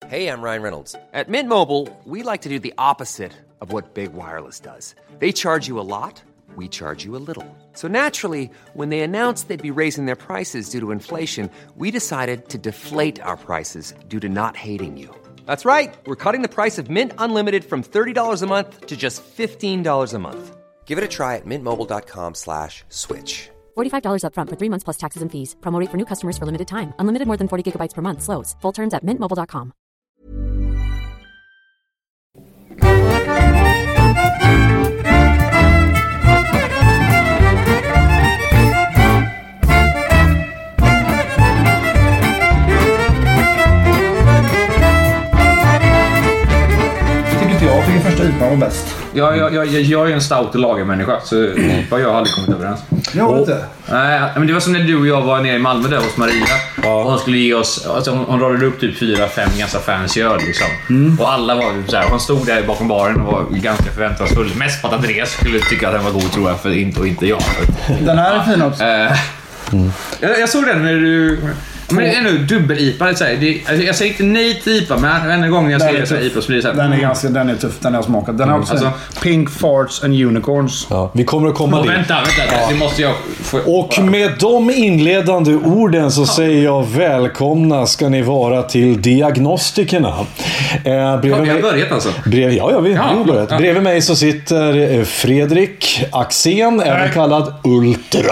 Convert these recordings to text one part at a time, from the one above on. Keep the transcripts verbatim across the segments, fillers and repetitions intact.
Hey, I'm Ryan Reynolds. At Mint Mobile, we like to do the opposite of what Big Wireless does. They charge you a lot, we charge you a little. So naturally, when they announced they'd be raising their prices due to inflation, we decided to deflate our prices due to not hating you. That's right. We're cutting the price of Mint Unlimited from thirty dollars a month to just fifteen dollars a month. Give it a try at mintmobile.com slash switch. forty-five dollars up front for three months plus taxes and fees. Promo rate for new customers for limited time. Unlimited more than forty gigabytes per month. Slows full terms at mint mobile dot com. Jag tycker första I P A var bäst. Jag, jag, jag, jag är en stout och lagermänniska, så I P A jag har aldrig kommit överens. Jag har inte. Nej, men det var som när du och jag var nere i Malmö där hos Maria. Ja. Och hon skulle ge oss, alltså hon, hon radade upp typ fyra, fem ganska fancy öl liksom. Mm. Och alla var så här, hon stod där bakom baren och var ganska förväntansfull. Mest på att Andreas skulle tycka att den var god, tror jag, för inte och inte jag. Den här är fin också. Mm. Jag, jag såg den när du... Men det är nu dubbel-I P A. Det är, alltså jag säger inte nej till I P A, men en gång jag säger så I P A så blir det så här. Den är ganska, den är tuff, den har jag smakat. Den har också alltså, Pink Farts and Unicorns. Ja, vi kommer att komma dit. Vänta, vänta, ja. Det måste jag få... Och med de inledande orden så säger jag välkomna ska ni vara till Diagnostikerna. Eh, bredvid har vi mig, börjat alltså? Brev, ja, ja, vi har ja, börjat. Ja. Bredvid mig så sitter Fredrik Axén, även kallad Ultra.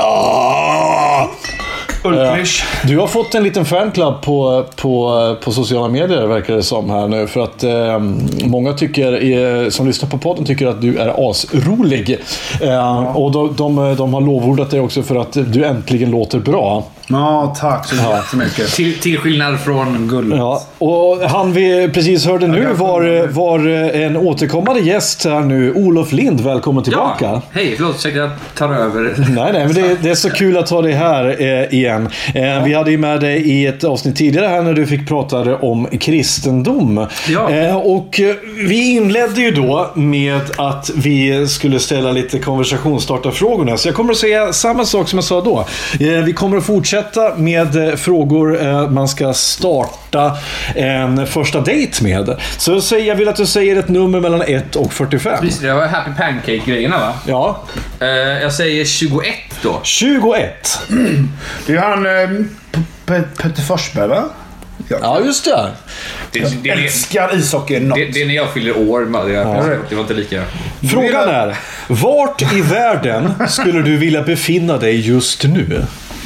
Ultrish. Du har fått en liten fanclub på, på, på sociala medier, verkar det som här nu. För att eh, många tycker, eh, som lyssnar på podden tycker att du är asrolig. Eh, ja. Och de, de, de har lovordat dig också för att du äntligen låter bra. Ja, tack så ja. jättemycket. Till, till skillnad från guld. Ja, och han vi precis hörde nu var, var en återkommande gäst här nu, Olof Lind. Välkommen tillbaka. Ja, hej, förlåt, så jag tar över. Nej, nej, men det, det är så kul att ha dig här eh, igen. Eh, vi hade ju med dig i ett avsnitt tidigare här när du fick prata om kristendom. Ja. Eh, och vi inledde ju då med att vi skulle ställa lite konversationsstartarfrågorna. Så jag kommer att säga samma sak som jag sa då. Eh, vi kommer att fortsätta med frågor eh, man ska starta en första dejt med. Så säger, jag vill att du säger ett nummer mellan ett och fyrtiofem. Visst, det var Happy Pancake-grejerna, va? Ja. Eh, jag säger tjugoett då. tjugoett. Det är han eh, Peter Forsberg, va? Ja, ja just det. det, jag det älskar ishockey något. Det, det är när jag fyller år. Det, ja. det var inte lika. Frågan är, vart i världen skulle du vilja befinna dig just nu?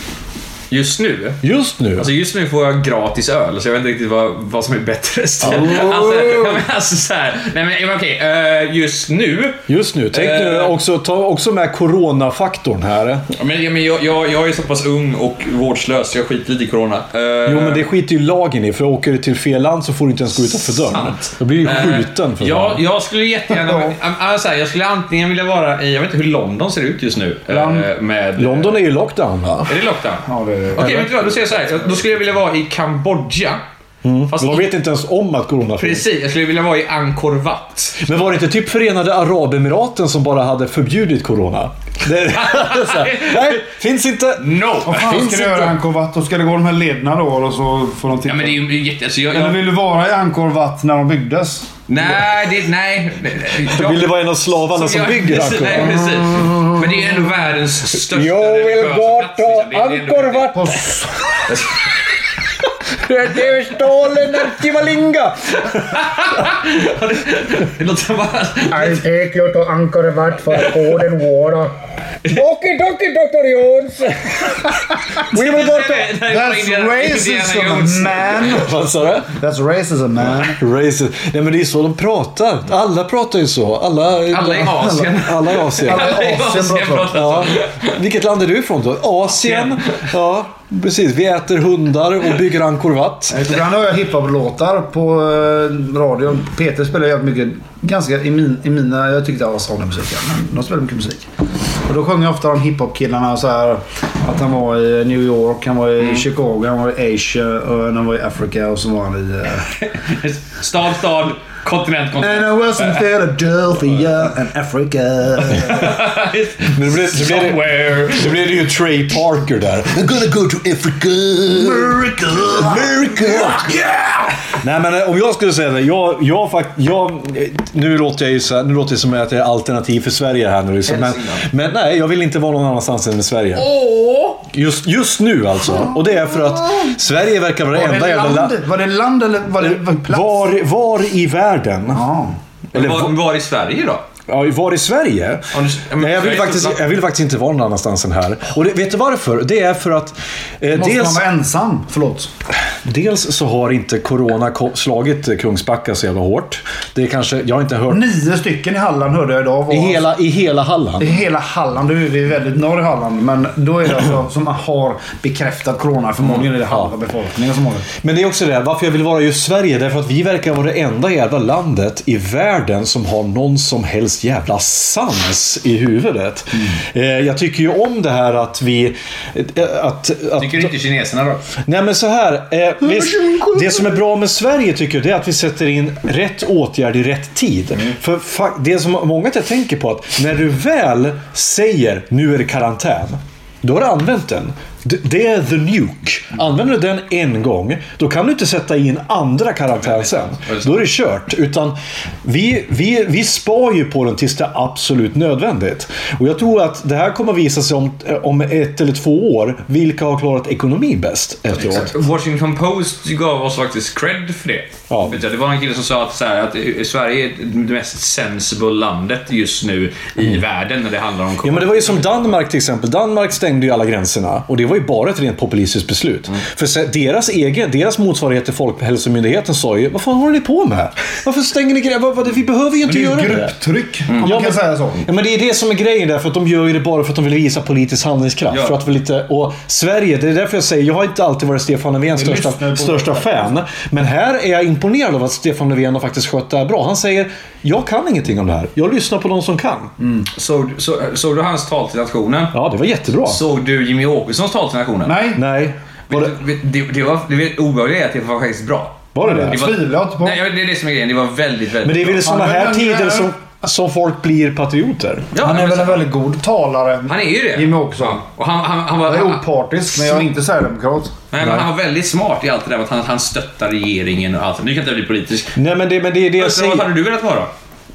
Just nu? Just nu? Alltså just nu får jag gratis öl, så jag vet inte riktigt vad, vad som är bättre. Oh. Alltså, alltså så här. Nej men okej, uh, just nu. Just nu. Tänk uh, nu också, ta också med coronafaktorn här. Men, ja, men jag, jag, jag är så pass ung och vårdslös, så jag skiter lite i corona. Uh, jo, men det skiter ju lagen i, för åker du till fel land så får du inte ens gå utanför dörren. Sant. Då blir du skjuten för ja, fan. Jag skulle jättegärna alltså, jag skulle antingen vilja vara i, jag vet inte hur London ser ut just nu. Uh, med, London är ju lockdown, va? Är det lockdown? Ja, det är det. Okej, okay, men då säger jag så här. Då skulle jag vilja vara i Kambodja. Mm. Fast man vet inte ens om att corona finns. Precis, jag skulle vilja vara i Angkor Wat. Men var det inte typ Förenade Arabemiraten som bara hade förbjudit corona? Det, så här, nej, finns inte. No. Vad fan finns ska du göra i Angkor Wat? Då ska det gå de här lederna då och så får de titta. Ja, men det är ju jätte alltså, jag, jag... Eller vill du vara i Angkor Wat när de byggdes? Nej, det nej. Jag vill det vara en av slavarna som, som jag, bygger Angkor Wat. Nej, precis. Men det är ändå världens största. Jag vill gå till Angkor Wat. Det är stålen och Kivalinga. Det låter bara... I'll take you to Angkor Wat for food and water. Okej, okej, doktor Jones. We will go to... That's racism, man. Vad sa du? That's racism, man. Racism. Nej, men det är så de pratar. Alla pratar ju så. Alla, alla i Asien. Alla, alla i Asien. Alla i Asien pratar ja. Vilket land är du ifrån då? Asien. Ja, precis. Vi äter hundar och bygger Angkor Wat. Ibland har jag hiphop-låtar på eh, radion. Peter spelar jävligt mycket, ganska i, min, i mina, jag tyckte jag var sån musik, men de spelar mycket musik. Och då sjunger jag ofta om hiphop-killarna så här, att han var i New York, han var i mm. Chicago, han var i Asia, och han var i Afrika och så var han i... Uh... stad, stad, kontinent, kontinent. And I was in Philadelphia and Africa. Men det blir, det, blir det, det blir det ju Trey Parker där. I'm gonna go to Africa. America. America. Yeah. Nej, men om jag skulle säga det, jag, jag, fakt, jag nu låter jag ju så här, nu låter det som att jag är alternativ för Sverige här nu liksom. men, men nej, jag vill inte vara någon annanstans än i Sverige. Just, just nu alltså. Och det är för att Sverige verkar vara det enda jävla land. Var det land eller var det var plats? Var, var i världen? Ja. Eller var, var i Sverige då? Ja, var i Sverige? Ja, du, Nej, jag, vill faktiskt, jag vill faktiskt inte vara någon annanstans än här. Och det, vet du varför? Det är för att eh, Måste dels, man vara ensam? Förlåt. Dels så har inte corona slagit Kungsbacka så jävla hårt. Det är kanske, jag har inte hört. Nio stycken i Halland hörde jag idag. Var... I, hela, I hela Halland? I hela Halland. Nu är vi väldigt norr i Halland. Men då är det alltså som har bekräftat corona. Förmodligen är det halva befolkningen som har det. Men det är också det. Varför jag vill vara just Sverige. Därför att vi verkar vara det enda jävla landet i världen som har någon som helst jävla sans i huvudet. Mm. Jag tycker ju om det här att vi... Att, att, tycker du inte kineserna då? Nej, men så här. Eh, visst, det som är bra med Sverige tycker jag, det är att vi sätter in rätt åtgärd i rätt tid. Mm. För det som många inte tänker på, att när du väl säger nu är det karantän, då har du använt den. Det är the nuke. Använder du den en gång, då kan du inte sätta in andra karantän sen. Då är det kört. Utan vi, vi, vi spar ju på den tills det är absolut nödvändigt. Och jag tror att det här kommer att visa sig om, om ett eller två år vilka har klarat ekonomi bäst efteråt. Washington Post gav oss faktiskt cred för det. Ja. Det var en kille som sa att, så här, att Sverige är det mest sensible landet just nu i mm. världen när det handlar om corona. Ja, men det var ju som Danmark till exempel. Danmark stängde ju alla gränserna. Och det var ju bara ett rent populistiskt beslut. Mm. För deras egen, deras motsvarighet till Folkhälsomyndigheten sa ju, vad fan håller ni på med? Varför stänger ni grejer? Vi behöver ju inte göra det. Det är grupptryck, mm. om man ja, kan men, säga så. Ja, men det är det som är grejen där, för att de gör ju det bara för att de vill visa politisk handlingskraft. Ja. För att vi lite, och Sverige, det är därför jag säger, jag har inte alltid varit Stefan Löfvens största, största fan. Men här är jag imponerad av att Stefan Löfven har faktiskt skött det här bra. Han säger, jag kan ingenting om det här. Jag lyssnar på de som kan. Mm. Såg, så, såg du hans tal till nationen? Ja, det var jättebra. Såg du Jimmy Åkessons tal till nationen? Nej. Nej. Var det, det, det var det obehagliga att det var faktiskt bra. Var det det? Det var, nej, det är det som är grejen. Det var väldigt, väldigt Men det är väl sådana här tider som, som som folk blir patrioter. Ja, han är väl en väldigt god talare. Han är ju det. Jimmy Åkesson. Ja. Och han, han, han var jag är opartisk, men jag är inte sverigedemokrat. Nej, men han var väldigt smart i allt det där att han, han stöttar regeringen och allt. Nu kan inte bli politisk. Nej, men det, men det är det jag säger. Vad hade du velat vara?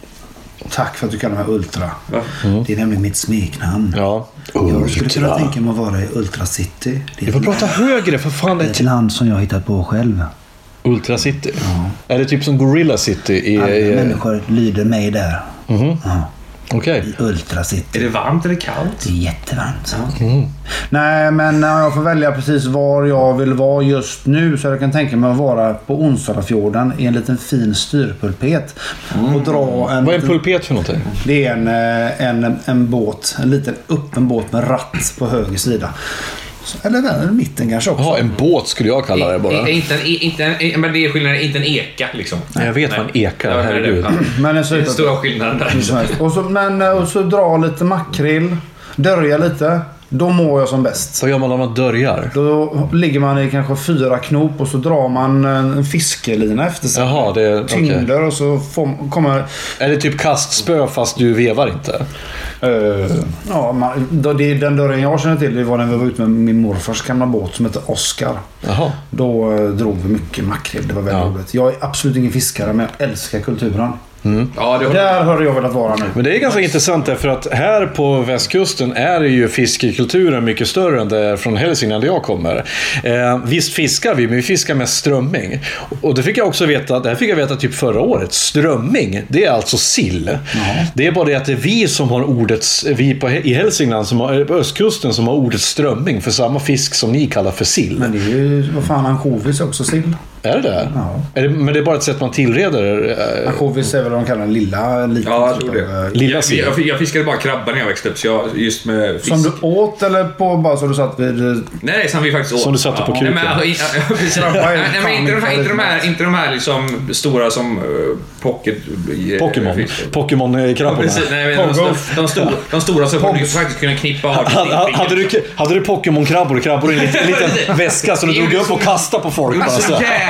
Tack för att du kallar mig Ultra. Mm. Det är nämligen mitt smeknamn. Ja. Jag skulle kunna tänka mig att vara i Ultra City. Du får prata högre, för fan. Det är ett land som jag har hittat på själv. Ultra City? Ja. Är det typ som Gorilla City? I, Alla i, människor lyder mig där. Mm-hmm. Ja. Okay. I Ultra City. Är det varmt eller kallt? Det är jättevarmt. Mm. Nej, men när jag får välja precis var jag vill vara just nu, så jag kan tänka mig att vara på Onstalafjorden i en liten fin styrpulpet. Mm. Och dra en... Vad är en pulpet för någonting? Det är en, en, en båt. En liten öppen båt med ratt på höger sida. Eller där, mitten kanske också. Ja, en båt skulle jag kalla det bara. I, inte en, inte en, men det är skillnaden, inte en eka liksom. Nej, jag vet vad en eka är, herregud. Men det är stora skillnaden där. Och så, men, och så dra lite makrill, dörja lite. Då mår jag som bäst. Vad gör man om man dörjar? Då ligger man i kanske fyra knop och så drar man en fiskelina efter sig. Jaha, det är... Tyngder Okay. och så får, kommer... Är det typ kastspö fast du vevar inte? Uh, ja, man, då, det, den dörren jag känner till, det var när vi var ute med min morfars gamla båt som heter Oscar. Jaha. Då uh, drog vi mycket makrill. Det var väldigt ja. roligt. Jag är absolut ingen fiskare, men jag älskar kulturen. Mm. Ja, det där har jag velat vara nu. Men det är ganska intressant därför att här på västkusten är det ju fiskekulturen mycket större än det är från Hälsingland där jag kommer. Eh, visst fiskar vi, men vi fiskar med strömming. Och det fick jag också veta, det här fick jag veta typ förra året. Strömming, det är alltså sill. Mm. Det är bara det att det är vi som har ordet, vi på, i Hälsingland som har, på östkusten som har ordet strömming för samma fisk som ni kallar för sill. Men det är ju, vad fan, ansjovis är också sill. Är det det? Ja. Är det? Men det är bara ett sätt man tillreder? Ansjovis är väl vad de kallar den lilla. Liten, ja, jag tror det. Lilla jag, jag, jag fiskade bara krabbar när jag växte upp. Så jag, just med fisk. Som du åt eller på bara så du satt vid... Nej, som vi faktiskt åt. Som du satte ja. på kuken. Nej, men, alltså, nej, men inte, de här, inte, de här, inte de här liksom stora som uh, pocket... Uh, Pokémon. Pokémon-krabborna. Ja, nej, men de, de, de, stora, de stora som du faktiskt kunde knippa av. Hade, hade du, hade du Pokémon-krabbor? Krabbor i en liten, liten väska så du drog upp och kastade på folk? Det var så jävla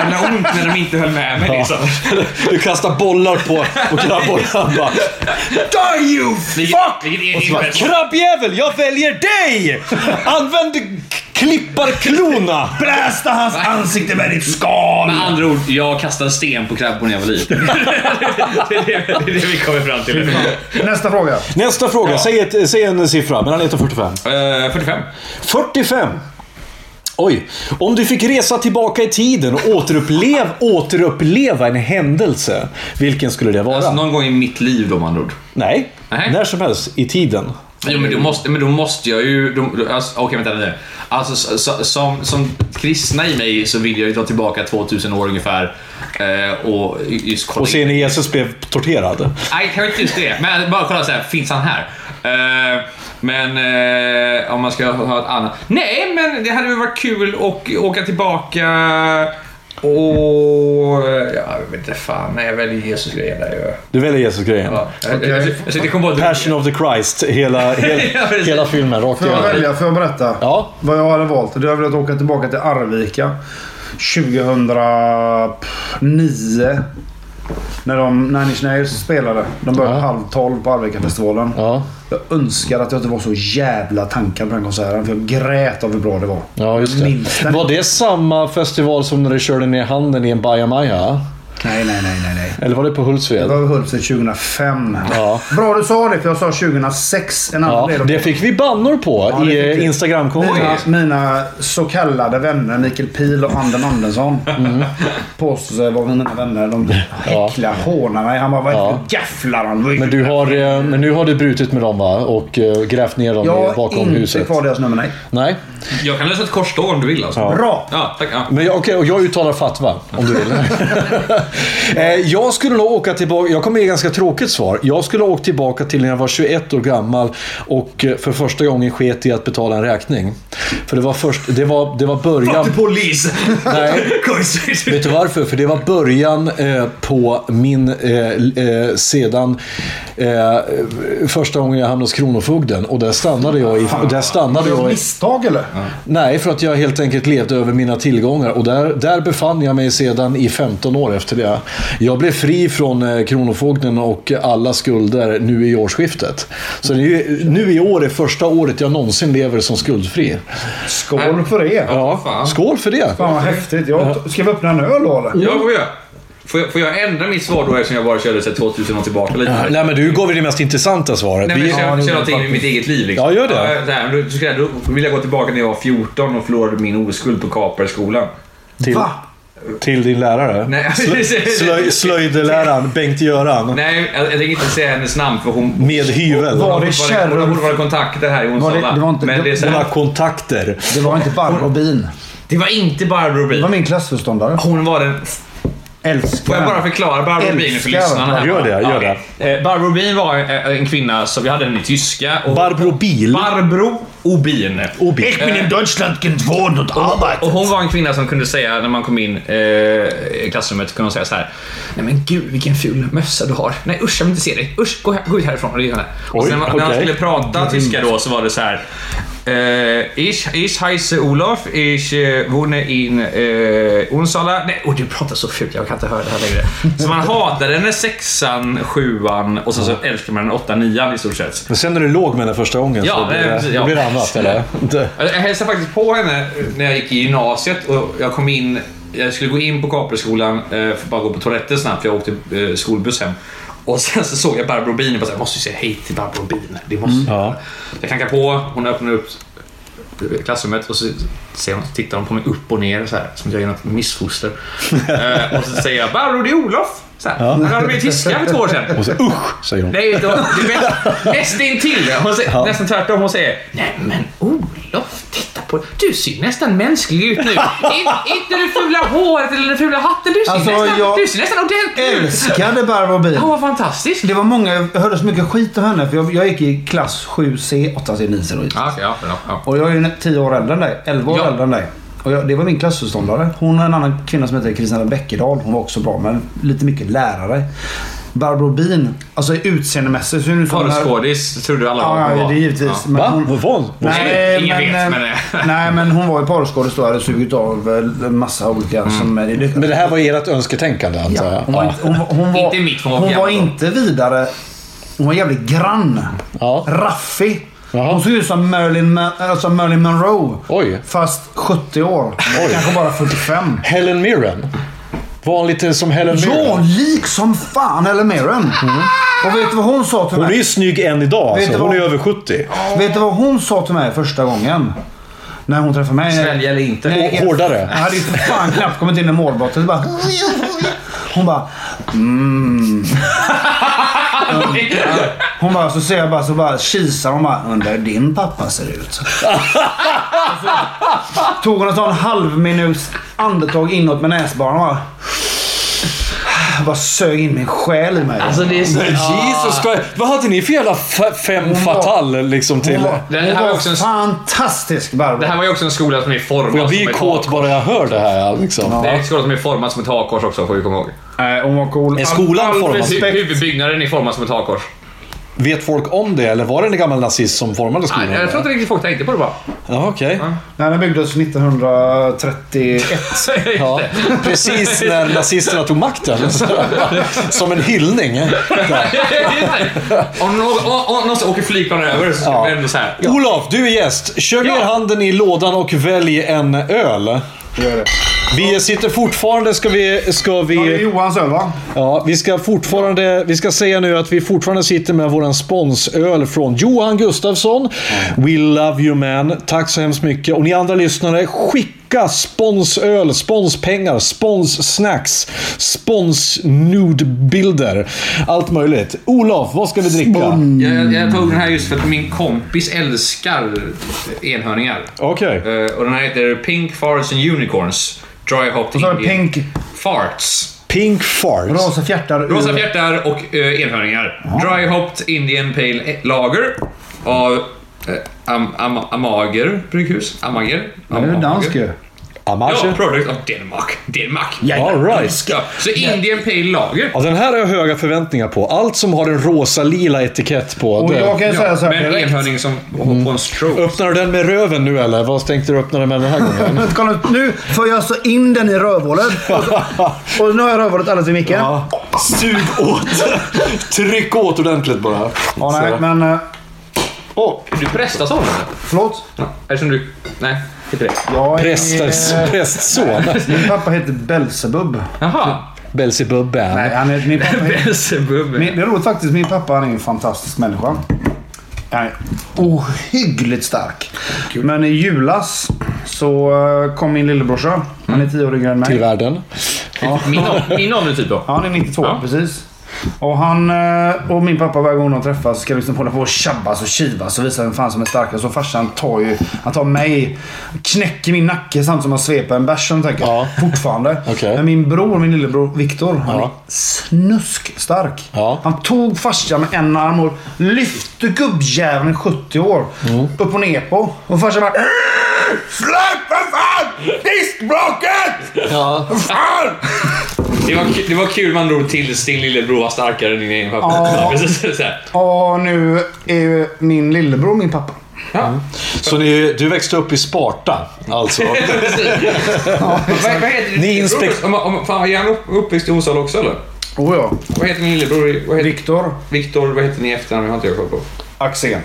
jävla ont när de inte höll med mig liksom. Du kastar bollar på och krabborna bara Die you fuck! Och så bara, krabbjävel, jag väljer dig! Använd klipparklona! Blästa hans ansikte med ditt skal! Med andra ord, jag kastade sten på krabbor när jag var liten. det, är det, det är det vi kommer fram till. Nästa fråga. Nästa fråga, ja. säg, ett, säg en siffra, mellan ett och fyrtiofem. Uh, fyrtiofem. fyrtiofem. Oj, om du fick resa tillbaka i tiden och återupplev, återuppleva en händelse, vilken skulle det vara? Alltså någon gång i mitt liv då, man ord. Nej, Nej, när som helst i tiden. Jo, men då måste, men då måste jag ju... Då, alltså, okej, vänta lite. Alltså, så, så, som, som kristna i mig så vill jag ju ta tillbaka tvåtusen år ungefär. Eh, och just kolla och se när Jesus blev torterad. Nej, kanske inte just det. Men bara kolla så här, finns han här? Eh, men eh, om man ska ha ett annat... Nej, men det hade ju varit kul att åka tillbaka... Och jag vet inte fan, nej, jag väljer Jesus-grejen där. Jag... Du väljer Jesus-grejen? Ja. Okay. Jag, jag, jag, jag bara... Passion of the Christ, hela, hela, hela filmen. Rakt får jag välja, får jag berätta ja. vad jag hade valt? Du har velat åka tillbaka till Arvika tjugohundranio när de Nine Inch Nails spelade. De började ja. halv tolv på Arvika-festivalen. Ja. Jag önskar att jag inte var så jävla tankad på den konserten, för jag grät av hur bra det var. Ja, just det. Var det samma festival som när du körde ner handen i en bajamaja? Nej, nej, nej, nej, nej. Eller var det på Hultsfred? Det var på Hultsfred tjugohundrafem. Ja. Bra du sa det, för jag sa tjugohundrasex. En annan ja, det fick vi bannor på ja, i Instagram-kontot. Mina, mina så kallade vänner, Mikael Pil och Anden Andersson, mm. påstår sig vara mina vänner. De häcklar ja. hånar mig. Han bara, vad ja. gafflar han? Men, du har, men nu har du brutit med dem, va? Och grävt ner dem jag bakom inte huset. Jag kvar deras nummer, nej. Nej. Jag kan läsa ett korsstå om du vill alltså. Ja. Bra! Ja, tack. Ja. Men jag, okay, och jag uttalar fatwa om du vill. Jag skulle nog åka tillbaka. Jag kommer ge ganska tråkigt svar. Jag skulle åka tillbaka till när jag var tjugoett år gammal och för första gången sket i att betala en räkning. För det var först det var det var början. Fuck polis. Nej. Vet du varför? För det var början eh, på min eh, eh, sedan eh, första gången jag hamnade hos kronofogden, och där stannade jag i där stannade jag i misstag eller? Ja. Nej, för att jag helt enkelt levde över mina tillgångar, och där där befann jag mig sedan i femton år efter det. Jag blev fri från kronofogden och alla skulder nu i årsskiftet. Så det är ju, nu i år är första året jag någonsin lever som skuldfri. Skål för det. Ja, skål för det. Fan vad häftigt. Jag ska vi öppna en öl då eller? Ja, får jag. Får jag, får jag ändra mitt svar då, eftersom jag bara körde sig tvåtusen år tillbaka lite? Ja, nej, men du går väl det mest intressanta svaret. Nej, men jag kör, kör någonting i mitt eget liv liksom. Ja, gör det. Ja, här, då, ska jag, då vill jag gå tillbaka när jag var fjorton och förlorade min oskuld på Kaperskolan. Till... Va? Till din lärare? Nej, Slöj, slöjdeläraren Bengt-Göran. Nej, jag, jag tänker inte säga hennes namn för hon... Med hyvel. Var det kärr? Hon borde vara kontakter här i Onsala. Det, det var inte, men det är så här, hon har kontakter. Det var inte Barbro Bin. Det var inte Barbro Bin. Det var min klassförståndare. Hon var den... Älskar. Får jag bara förklara Barbro Bin för lyssnarna här? Gör det, gör det. Ja. Barbro Bin var en kvinna som vi hade den i tyska. Och Barbro Bil. Barbro Obin. Obin. Ich bin in Deutschland gewohnt und arbeitet. Och hon var en kvinna som kunde säga när man kom in eh, i klassrummet, kunde hon säga så här: nej men gud vilken ful mössa du har. Nej usch, jag vill inte se dig. Usch, gå, gå ut härifrån. Och, det och sen okay. när han skulle prata tyska då så var det så här: Uh, ich, ich heiße Olof, ich uh, wohne in uh, Onsala. Nej, oh, du pratar så fult, jag kan inte höra det här längre. Så man hatade den sexan, sjuan och så, så älskar man den åtta, nian i stort sett. Men sen när du låg med den första gången ja, så det, det, ja. det blir annat, eller? Jag hälsade faktiskt på henne när jag gick i gymnasiet och jag kom in, jag skulle gå in på Kaperskolan för att bara gå på toaletten snabbt för jag åkte uh, skolbuss hem. Och sen så såg jag Barbro Bin och bara, jag måste ju säga hej till Barbro Bin. Det måste mm. ja. Jag knackar på, hon öppnar upp klassrummet och så ser hon, tittar hon på mig upp och ner så här, som jag är något missfoster. uh, och så säger jag, Barbro, det är Olof. Så här, ja. Han hade blivit tyska för två år sedan. Och så, usch, säger hon. Nej, då, det är nästan till. Hon säger, ja. Nästan tvärtom, hon säger, nej men Olof, titta på det. Du ser nästan mänsklig ut nu. In, inte det fula håret eller den fula hatten. Du ser, alltså, nästan, du ser nästan ordentligt ut. Älskade Barbro Bin. Hon var fantastisk. Det var många, jag hörde så mycket skit av henne. För jag, jag gick i klass sju C, åtta C, nio C. Ja, ja, ja, ja. Och jag är ju tio år äldre än dig. elva år ja. äldre än dig. Och jag, det var min klassförståndare. Hon har en annan kvinna som heter Kristina Bäckedal. Hon var också bra, men lite mycket lärare. Barbro Bean, alltså utseendemässigt. Porrskådis tror du alla var. Ja, var. det är givetvis. Ja. Men Va? hon, Vad var hon? Nej, Ingen men, vet, men... nej, men hon var ju porrskådis då. Hade sugit av en massa olika... Mm. Som, det, Men det här var ert önsketänkande, antar jag. ja, hon, var Ja. inte, hon, hon var, Inte mitt, hon var hon var gammal. inte vidare... Hon var jävligt grann. Ja. Raffig. Jaha. Hon såg ut som Marilyn, alltså Marilyn Monroe. Oj. Fast sjuttio år. Kanske bara fyrtiofem. Helen Mirren. Var hon lite som Helen Mirren? Ja, lik som fan Helen Mirren. Mm. Och vet du vad hon sa till Hon är mig? ju snygg än idag. Vet Så du hon är vad- över sjuttio. Vet du vad hon sa till mig första gången? När hon träffade mig. Svälja eller inte? Nej, Hå- hårdare. Jag hade ju för fan knappt kommit in i målbrottet. Bara, hon bara... Mm. Hon bara, så ser jag bara, så bara kisar hon bara, undrar din pappa ser ut. Så tog hon en sån halv minuts andetag inåt med näsbanan och bara... bara sög in min själ i mig. Alltså det är så... Men Jesus Christ. Vad hade ni för jävla f- fem Hon var- fatal liksom till? Hon var, Det hon här var var också en- fantastisk, Barbro. Det här var ju också en skola som är formad Jag som blir ett kåt hakkors. bara jag hör det här. Liksom. Det är en skola som är formad som ett hakkors också, får vi komma ihåg. Nej, hon var cool. Är skolan All- all formad? respekt. Huvudbyggnaden är formad som ett hakkors. Vet folk om det? Eller var det en gammal nazist som formade skolan? Nej, jag tror inte riktigt folk tänkte på det bara. Ja, okej. Nej, den byggdes nittonhundratrettioett. Ja, precis när nazisterna tog makten. Som en hyllning. Om någon, om någon åker flygplan över så ska Ja. vi ändå så här. Olof, du är gäst. Kör ner Ja. handen i lådan och välj en öl. Gör det. Vi sitter fortfarande, ska vi... Ska Ja, det är vi Johans öl, va? ja, vi ska fortfarande... Vi ska säga nu att vi fortfarande sitter med våran sponsöl från Johan Gustafsson. We love you man. Tack så hemskt mycket. Och ni andra lyssnare, skicka sponsöl, sponspengar, sponsnacks, sponsnudebilder. Allt möjligt. Olof, vad ska vi dricka? Jag, jag tog den här just för att min kompis älskar enhörningar. Okej. Eh, och den här heter Pink Farts and Unicorns. Dry Hopped Och så har du Indian pink, Farts. Pink Farts. rosa fjärtar. ur- Rosa fjärtar och uh, enhörningar. Dry Hopped Indian Pale Lager av uh, am, am, Amager brygghus. Amager. Ja, det är dansk ju. Amage. Ja, product of Denmark. Denmark. All right. Ja, så Indian Pale Lager. Ja, den här har jag höga förväntningar på. Allt som har en rosa-lila etikett på. Och Det. jag kan ju säga så här Med en direkt. enhörning som mm. på en stroke. Öppnar du den med röven nu eller? Vad tänkte du öppna den med den här gången? Kolla, nu får jag så in den i rövhålet. Och, och nu har jag rövhålet alldeles i micken. Ja, Ja. Sug åt. Tryck åt ordentligt bara. nej, Så. men... eh, Åh, är du prästas av den? Förlåt? Ja, är det som du... Nej, inte det. Jag är- Prästers, prästson. Min pappa heter Belzebub. Jaha. Belzebubben. Nej, han är, min pappa heter, Beelzebub. min, det är roligt faktiskt. Min pappa, han är en fantastisk människa. Han är ohyggligt stark. Men i julas så eh, kom min lillebrorsa. Han är tio år yngre än mig. Till världen. Min, ål- min ålder typ då. Ja, han är nittiotvå, Ja. precis. Och han eh, och min pappa varje gång de träffas ska liksom hålla på och tjabbas och kivas och visa vem fan som är starkast. Så farsan tar ju, han tar mig, knäcker min nacke samtidigt som han sveper en bärs som tänker Ja. fortfarande. Okej. Men min bror, min lillebror Viktor, han Ja. är snusk stark. Ja. Han tog farsan med en arm och lyfte gubbjäveln i sjuttio år Mm. upp och ner på. Och farsan bara släpp för fan! Diskbråket! Ja. Fan! Det var, det var kul man drog till din lillebror var starkare än din egen pappa. Ja. Precis så här. Och nu är ju min lillebror min pappa. Ja. Så ni, du växte upp i Sparta, alltså? Precis. Vad, vad heter din Ni lillebror? inspek- Om, om, fan, är han upp, uppväxt i Osalo också eller? Oh ja. Vad heter din lillebror? Vad heter, Viktor Viktor, vad heter ni i efternamn? Jag har inte jag koll på. Axén.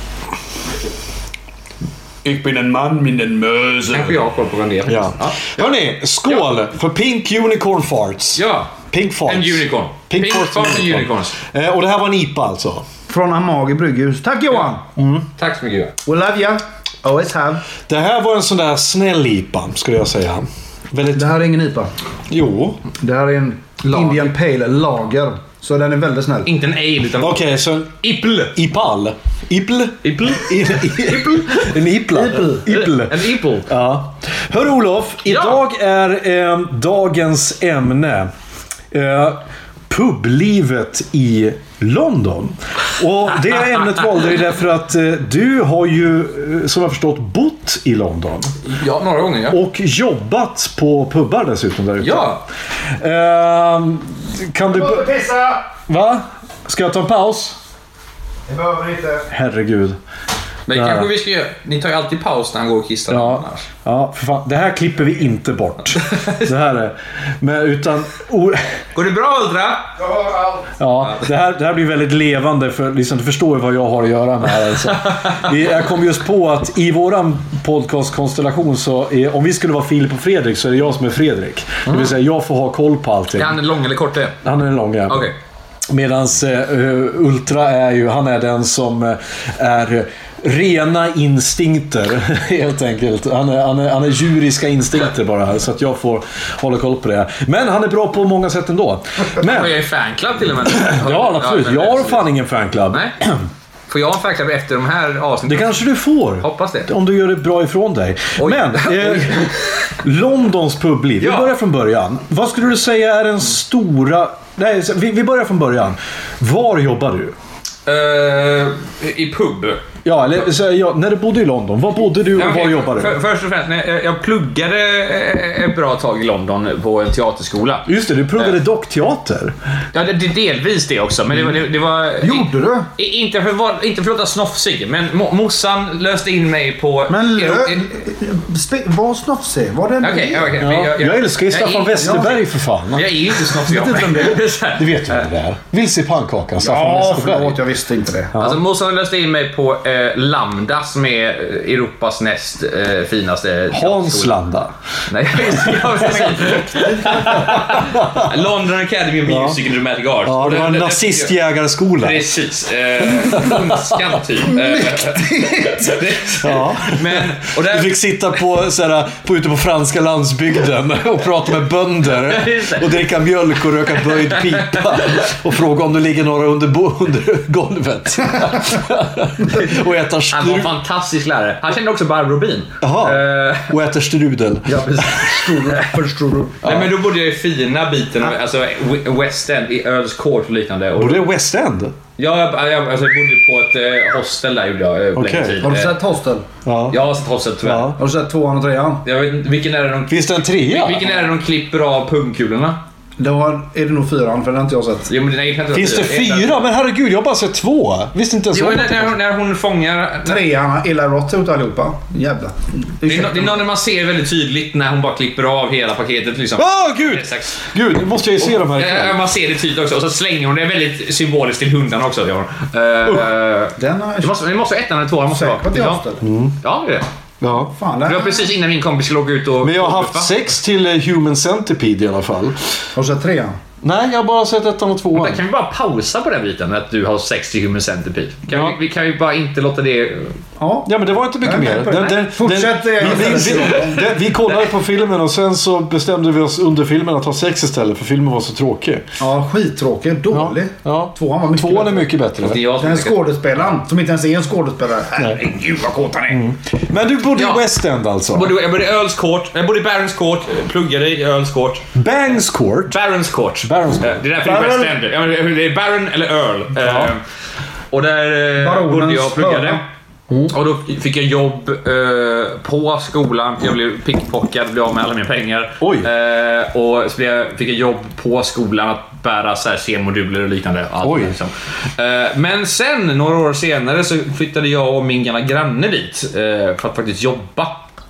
Ich bin en man med en möse. Kanske jag har koll på vem det är. Ja. Hörrni, skål för Pink Unicorn Farts. Ja. Pink Farts. En unicorn. Pink, Pink Farts Farts and and unicorns. unicorns. Eh, och det här var en I P A alltså. Från Amager brygghus. Tack Johan. Tack så mycket. We love you. Always have. Det här var en sån där snäll I P A, skulle jag säga. Väldigt... Det här är ingen I P A. Jo. Det här är en Lager. Indian Pale Lager. Så den är väldigt snäll. Inte en ale utan... Okej, så... Ipl. I P A L. I P L. Ipl. Ipl. En I P L. I P L. En ipl. Ja. Hör Olof, idag är eh, dagens ämne eh, publivet i London. Och det ämnet valde jag därför att eh, du har ju, eh, som jag förstått, bott i London. Ja, några gånger, ja. Och jobbat på pubbar dessutom där ute. Ja. Ehm, kan du... Måste pissa! Va? Ska jag ta en paus? Det behöver inte. Herregud. Men Ja. kanske vi ska göra. Ni tar ju alltid paus när han går och kissar. Ja, annars. ja för fan. Det här klipper vi inte bort. Det här är... Men utan... O... Går det bra, Ultra? Jag hör allt. Ja, det här, det här blir väldigt levande för liksom, du förstår ju vad jag har att göra med här. Alltså. Vi, jag kom just på att i våran podcastkonstellation så är, om vi skulle vara Filip och Fredrik så är det jag som är Fredrik. Det vill säga jag får ha koll på allting. Är han lång eller kort? Han är den långa. Okej. Okay. Medans uh, Ultra är ju, han är den som uh, är rena instinkter helt enkelt. Han är, han är, han är djuriska instinkter bara här, så att jag får hålla koll på det. Men han är bra på många sätt ändå. Men jag är fanclub till och med. ja, absolut. Ja, jag har fan ingen fanclub. Nej. Får jag en fanclub efter de här avsnitten? Det kanske du får. Hoppas det. Om du gör det bra ifrån dig. Oj. Men eh, Londons publiv. Vi Ja. börjar från början. Vad skulle du säga är den stora... Nej, vi, vi börjar från början. Var jobbar du? Uh, I pub. Ja, eller så, ja, när du bodde i London, var bodde du och Ja, okay. var jobbade du? För, först och främst, när jag, jag pluggade ett bra tag i London på en teaterskola. Just det, du pluggade uh. dockteater. Ja, det, det delvis det också, men det var... Det, det var Gjorde du? I, inte, för, var, inte för att låta snofsig, men mo, morsan löste in mig på... Men lö... en, Spe... Var snofsig? Var det en... Okej, okej. Ja, jag, jag älskar ju Staffan Westerberg för fan. Jag är ju inte snofsig av Vet inte mig. om det Det vet du inte det här. Vilse i pannkakan, Staffan Ja, Westerberg. förlåt, jag visste inte det. Alltså morsan löste in mig på eh, Lambda som är Europas näst eh, finaste Hans Landa. Nej, jag vill säga London Academy of Music and Dramatic Arts. Ja, det var en nazistjägarskola. Precis. Eh, Ondskan typ. Eh, Ja. Men, och där, Du fick sitta på, såhär, på ute på franska landsbygden och prata med bönder och dricka mjölk och röka böjd pipa och fråga om det ligger några under, bo- under golvet. Och äta han var en strudel. fantastisk lärare. Han kände också Barbro Rubin. Jaha, Eh, och äter strudel. Ja, precis. Förstår du? Nej, men då bodde jag i fina biten, alltså West End, i Earls Court och liknande. Och Och det är West End? Ja, jag, jag, alltså, jag bodde på ett eh, hostel där gjorde jag eh, på Okej. länge tid. Har du Eh, sett Hostel? Ja. Jag har sett hostel tyvärr. Ja. Har du sett tvåan och trean? Jag vet inte, vilken är det de, Finns det en trea? vilken är det de klipper av pungkulorna? Då är det nog fyran, för den har inte jag sett. Jo, men nej, kan inte Finns det vara fyra? Men herregud, jag har bara sett två. Visste inte ens Jo, om när, när, det. hon- när hon fångar... Trean, Illa Roth ut allihopa. Jävla. Det är, no, det är någon när man ser väldigt tydligt när hon bara klipper av hela paketet liksom. Åh, gud! Exakt. Gud, nu måste jag ju se de här Ja, ikväll. man ser det tydligt också. Och så slänger hon det väldigt symboliskt till hundarna också. Gör hon. Uh, Den har det, måste, det måste vara ettan eller tvåan. Måste det Säker på att det är vara. Hostel? Ja, det är det. Ja. Fan, Det det var precis innan min kompis skulle åka ut och... Men jag har och haft puffa. sex till eh, Human Centipede i alla fall. Har du sett trean? Nej, jag har bara sett ettan och tvåan. Kan vi bara pausa på den biten att du har sextio Human Centipede? Kan Ja. vi, vi kan ju bara inte låta det... Ja. Ja, men det var inte mycket Nej, mer. nej, Den, nej. den, Fortsätt, den, eh, vi, vi, vi, den, vi kollade på filmen och sen så bestämde vi oss under filmen att ha sex istället för filmen var så tråkig. Ja, skittråkig. Dålig. Ja. Tvåan var mycket Tvåan är bättre. mycket bättre. Det är jag som Den tycker- skådespelaren, som inte ens är en skådespelare. Herregud vad kåt han är. Men du bodde Ja. i West End alltså? Jag bodde, jag bodde i Earls Court, jag bodde i Barons Court, pluggade i Earls Court. Bangs Court? Barons Court. Barons Court. Eh, Det är därför det är West End. Ja, men det är Baron eller Earl. Eh, Och där eh, Baronens bodde jag och pluggade. hörna. Och då fick jag jobb eh, på skolan. Jag blev pickpockad, blev av med alla mina pengar. Oj. Eh, och så blev jag, fick jag jobb på skolan att bära så här C-moduler och liknande. Allt Oj. liksom. eh, Men sen, några år senare, så flyttade jag och min gamla granne dit eh, för att faktiskt jobba.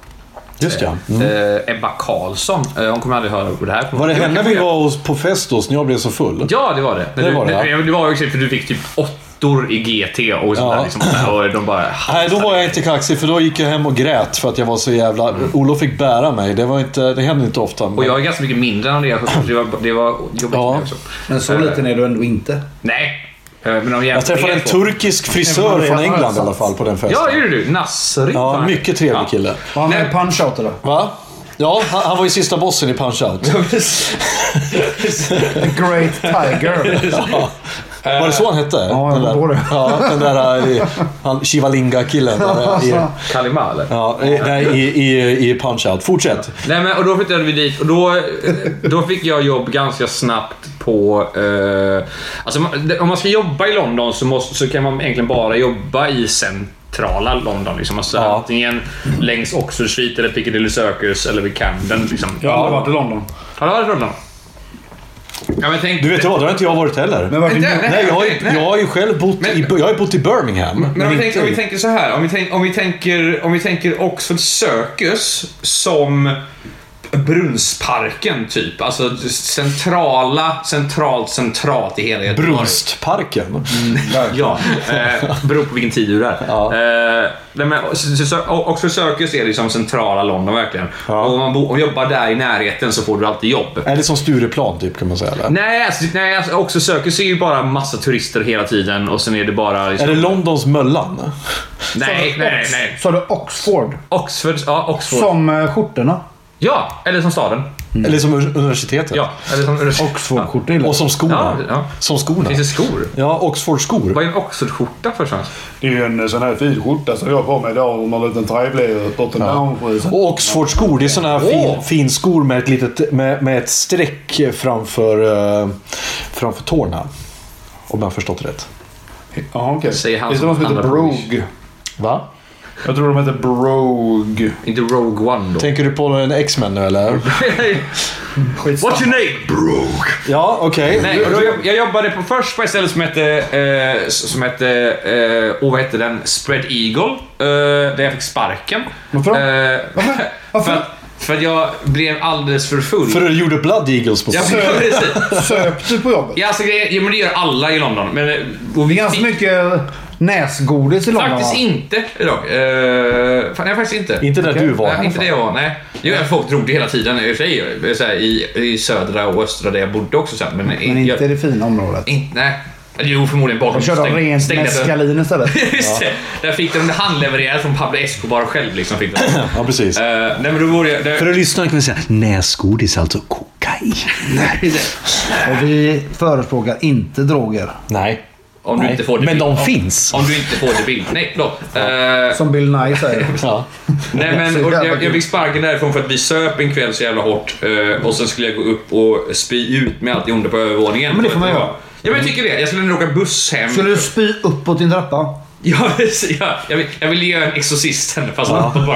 Just ja. Mm. Eh, Ebba Karlsson. Eh, hon kommer aldrig höra det här. Var det Jo, henne kan vi jag- var hos på fest hos när jag blev så full? Ja, det var det. Det var det, ja. det, det var ju också för du fick typ åttor i G T och sånt Ja. där. Liksom, och de bara... Nej, då var jag inte kaxig för då gick jag hem och grät för att jag var så jävla... Olof fick bära mig. Det, var inte, det hände inte ofta. Men... Och jag är ganska mycket mindre än det. Så det var, det var jobbigt Ja. också. Men så liten är du ändå inte. Nej. Eh, Men om Jag träffade en turkisk frisör från England i alla fall på den festen. Ja, gjorde du. Nasri. Ja, fan. mycket trevlig kille. Var han Nej. med Punch-Out eller? Va? Ja, han, han var ju sista bossen i Punch-Out. Great Tiger. Ja. Var det så han hette? Ja, jag den var på det. Ja, den där han, Shivalinga-killen. Kalima eller? Ja, nej, i, i, i Punch-Out. Fortsätt. Nej, men och då flyttade vi dit och då, då fick jag jobb ganska snabbt på... Eh, alltså, om man ska jobba i London så, måste, så kan man egentligen bara jobba i centrala London. Liksom. Alltså, ja. Antingen längs Oxford Street eller Piccadilly Circus eller vid Camden. Liksom. Jag har aldrig varit i London. Har du varit i London? Ja, men tänk, du vet vad, det har inte jag varit heller. Men var nej, nej, jag, har, jag har ju själv bott, men, i, jag har bott i Birmingham. Men, men om, vi tänker, i... om vi tänker så här, om vi, tänk, om vi tänker om vi tänker Oxford Circus som Brunnsparken typ, alltså centrala, centralt, centralt i hela Göteborg. Brunstparken? Mm, ja, eh, beror på vilken tid du är där. Ja. Eh, men, Oxford Circus är liksom centrala London verkligen. Ja. Och om man bo, och jobbar där i närheten så får du alltid jobb. Är det som Stureplan typ kan man säga? Eller? Nej, alltså, nej alltså, Oxford Circus är ju bara massa turister hela tiden och sen är det bara... Liksom... Är det Londons Möllan? Nej, nej, nej, nej. Så är det Oxford? Oxford, ja, Oxford. Som uh, skjortorna? Ja, eller som staden. Mm. Eller som universitetet. Ja, eller som universitetet. Oxford-skjortor. Ja. Och som skorna. Ja, ja. Som skorna. Finns det skor? Ja, Oxford-skor. Vad är en Oxford-skjorta för sånt? Det är ju en sån här fin skjorta som jag har på mig idag om en liten trevlig botten down. Och Oxford-skor, det är såna här oh. fin, fin skor med ett litet med, med ett streck framför uh, framför tårna. Om jag har förstått rätt. Ja, okej. Okay. Säger han det är som heter Brogue. Va? Jag tror de heter Brogue. Inte Rogue One då. Tänker du på en X-Men nu eller? What's your name? Brogue. Ja, okej. Okay. Nej, jag, jag jobbade på först på ett ställe som hette eh, som hette eh, och vad hette den? Spread Eagle. Eh, där jag fick sparken. Varför? Eh, Varför? Varför? För, för att jag blev alldeles för full. För du gjorde Blood Eagles på ja, precis. Söp du på jobbet? Ja, alltså, ja, men det gör alla i London. Men, och vi det är ganska mycket näsgodis i London. Faktiskt va? Inte idag. Uh, nej, faktiskt inte. Inte där okay. du var. Nej, inte det jag var, nej. Jo, folk drog det hela tiden i, så här, i, i södra och östra där jag bodde också. Så här, men men inte jag, i det fina området. In, nej. Jo, förmodligen bakom. Jag körde stäng, rent meskalin istället. Just det. Där fick de det handlevererat från Pablo Escobar själv. Liksom, fick de. Ja, precis. Uh, nej, men då var det, det... För att lyssna kan vi säga näsgodis, alltså kokain. Nej. Och vi förespråkar inte droger. Nej. Om du Nej, inte får det men bild. de om, finns. Om du inte får det bild. Nej, förlåt. Ja. Uh, Som Bill Nye säger. Ja. Nej, men och jag, jag fick sparken därifrån för att vi söp en kväll så jävla hårt. Uh, och sen skulle jag gå upp och spy ut med allt i onda på övervåningen. Men det får man göra. Ja, men jag tycker det. Jag skulle åka buss hem. Skulle du spy upp på din trappa? Ja, ja jag, vill, jag vill göra en exorcisten fast ja. Bara.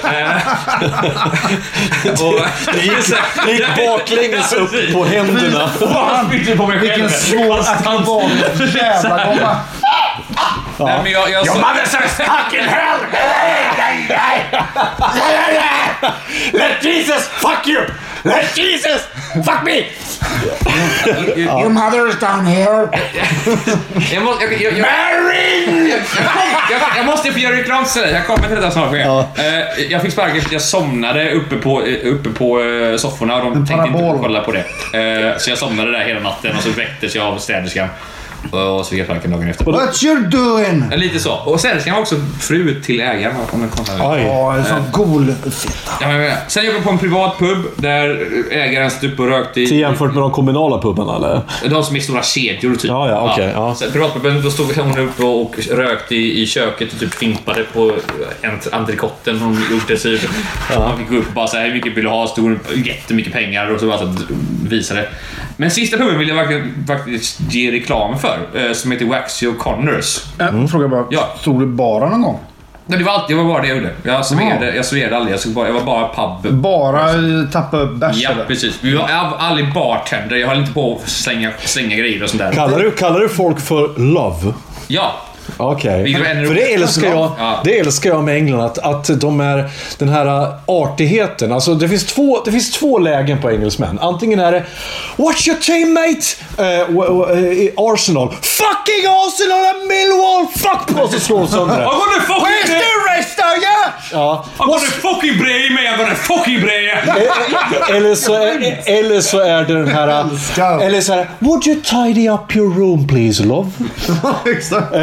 och, det gick, det gick baklänges upp på händerna. Han spytte på mig själv. Vilken svår akrobatisk jävla gånga. Nej, men jag, jag Your mother says fucking hell! Let Jesus fuck you! Let Jesus fuck me! Your mother is down here. Jag måste... Jag, jag, jag, Mary! Jag, jag, jag måste få göra reklam till det. Jag kommer till detta snart. Ja. Jag fick sparken för att jag somnade uppe på, uppe på sofforna och de en tänkte parabol. Inte kolla på det. Så jag somnade där hela natten och så väcktes jag av städerskan. Och så fick jag sparken dagen efter. What you doing? Lite så. Och sen ska jag också fru till ägaren. Ja, en sån cool ja, men, sen jobbade jag på en privat pub där ägaren stod upp och rökte i... Till jämfört med de kommunala pubarna, eller? De som är stora kedjor, typ. Ja, ja, okej. Okay, ja. Så privatpuben, då stod hon upp och, och rökte i, i köket och typ fimpade på entrecoten hon gjorde typ. Ja. Man fick gå upp och bara så här, hur mycket vill du ha? Stod jättemycket pengar och så bara så att visade. Men sista puben vill jag verkligen faktiskt ge reklam för. Som heter Waxy O'Connors. Mm. Fråga bara, ja. Stod du bara någon gång? Nej, det var alltid, det var bara det jag gjorde. Jag serverade, jag serverade aldrig, jag, bara, jag var bara pub. Bara tappa upp bärs? Ja, precis. Jag var aldrig bartender, jag höll inte på att slänga, slänga grejer och sånt där. Kallar du, kallar du folk för love? Ja. Okej, okay. För det älskar jag, ja. Det älskar jag med England, att, att de är den här artigheten. Alltså det finns två, det finns två lägen på engelsmän. Antingen är det what's your team mate? Uh, uh, Arsenal. Fucking Arsenal and Millwall. Fuck på så slår sönder det. I'm gonna fucking Where's the rest of you? Ja. I'm gonna fucking bray me. I'm gonna fucking bray. Eller så är, eller så är det den här eller så här, would you tidy up your room please love? Exakt. Uh, och jag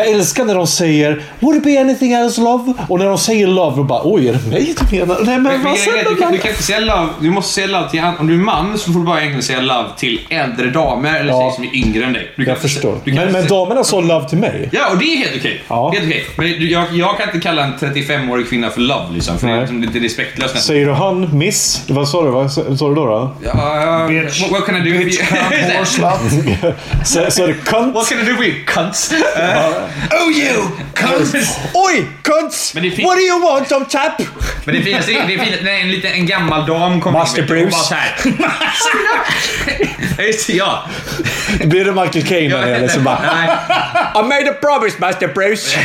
älskar när de säger would it be anything else love? Och när de säger love, då bara oj, är det mig du menar? Nej, men, men vad säger du, kan, du kan inte säga love. Du måste säga love till, om du är man så får du bara egentligen säga love till äldre damer eller ja. tjejer som är yngre än dig. Du kan jag förstår. Du kan men, men damerna sa love till mig. Ja, och det är helt okej. Ja. Helt okej. Men jag, jag kan inte kalla en trettiofem-årig kvinna för love liksom, för det är lite respektlöst. Säger du han miss? Vad sa du? Vad sa du då då? Ja, bitch. What, what can I do? Bitch, cunt, horse, så, så är det cunt. What can I do with cunts? Uh, oh you, cunts! Oj, cunts! What do you want, Tom Tap? Men det finns, det är fint när en, liten, en gammal dam kommer Master Bruce. Och bara så här. Just, ja. Blir det Michael Caine när det är liksom bara I made a promise, Master Bruce.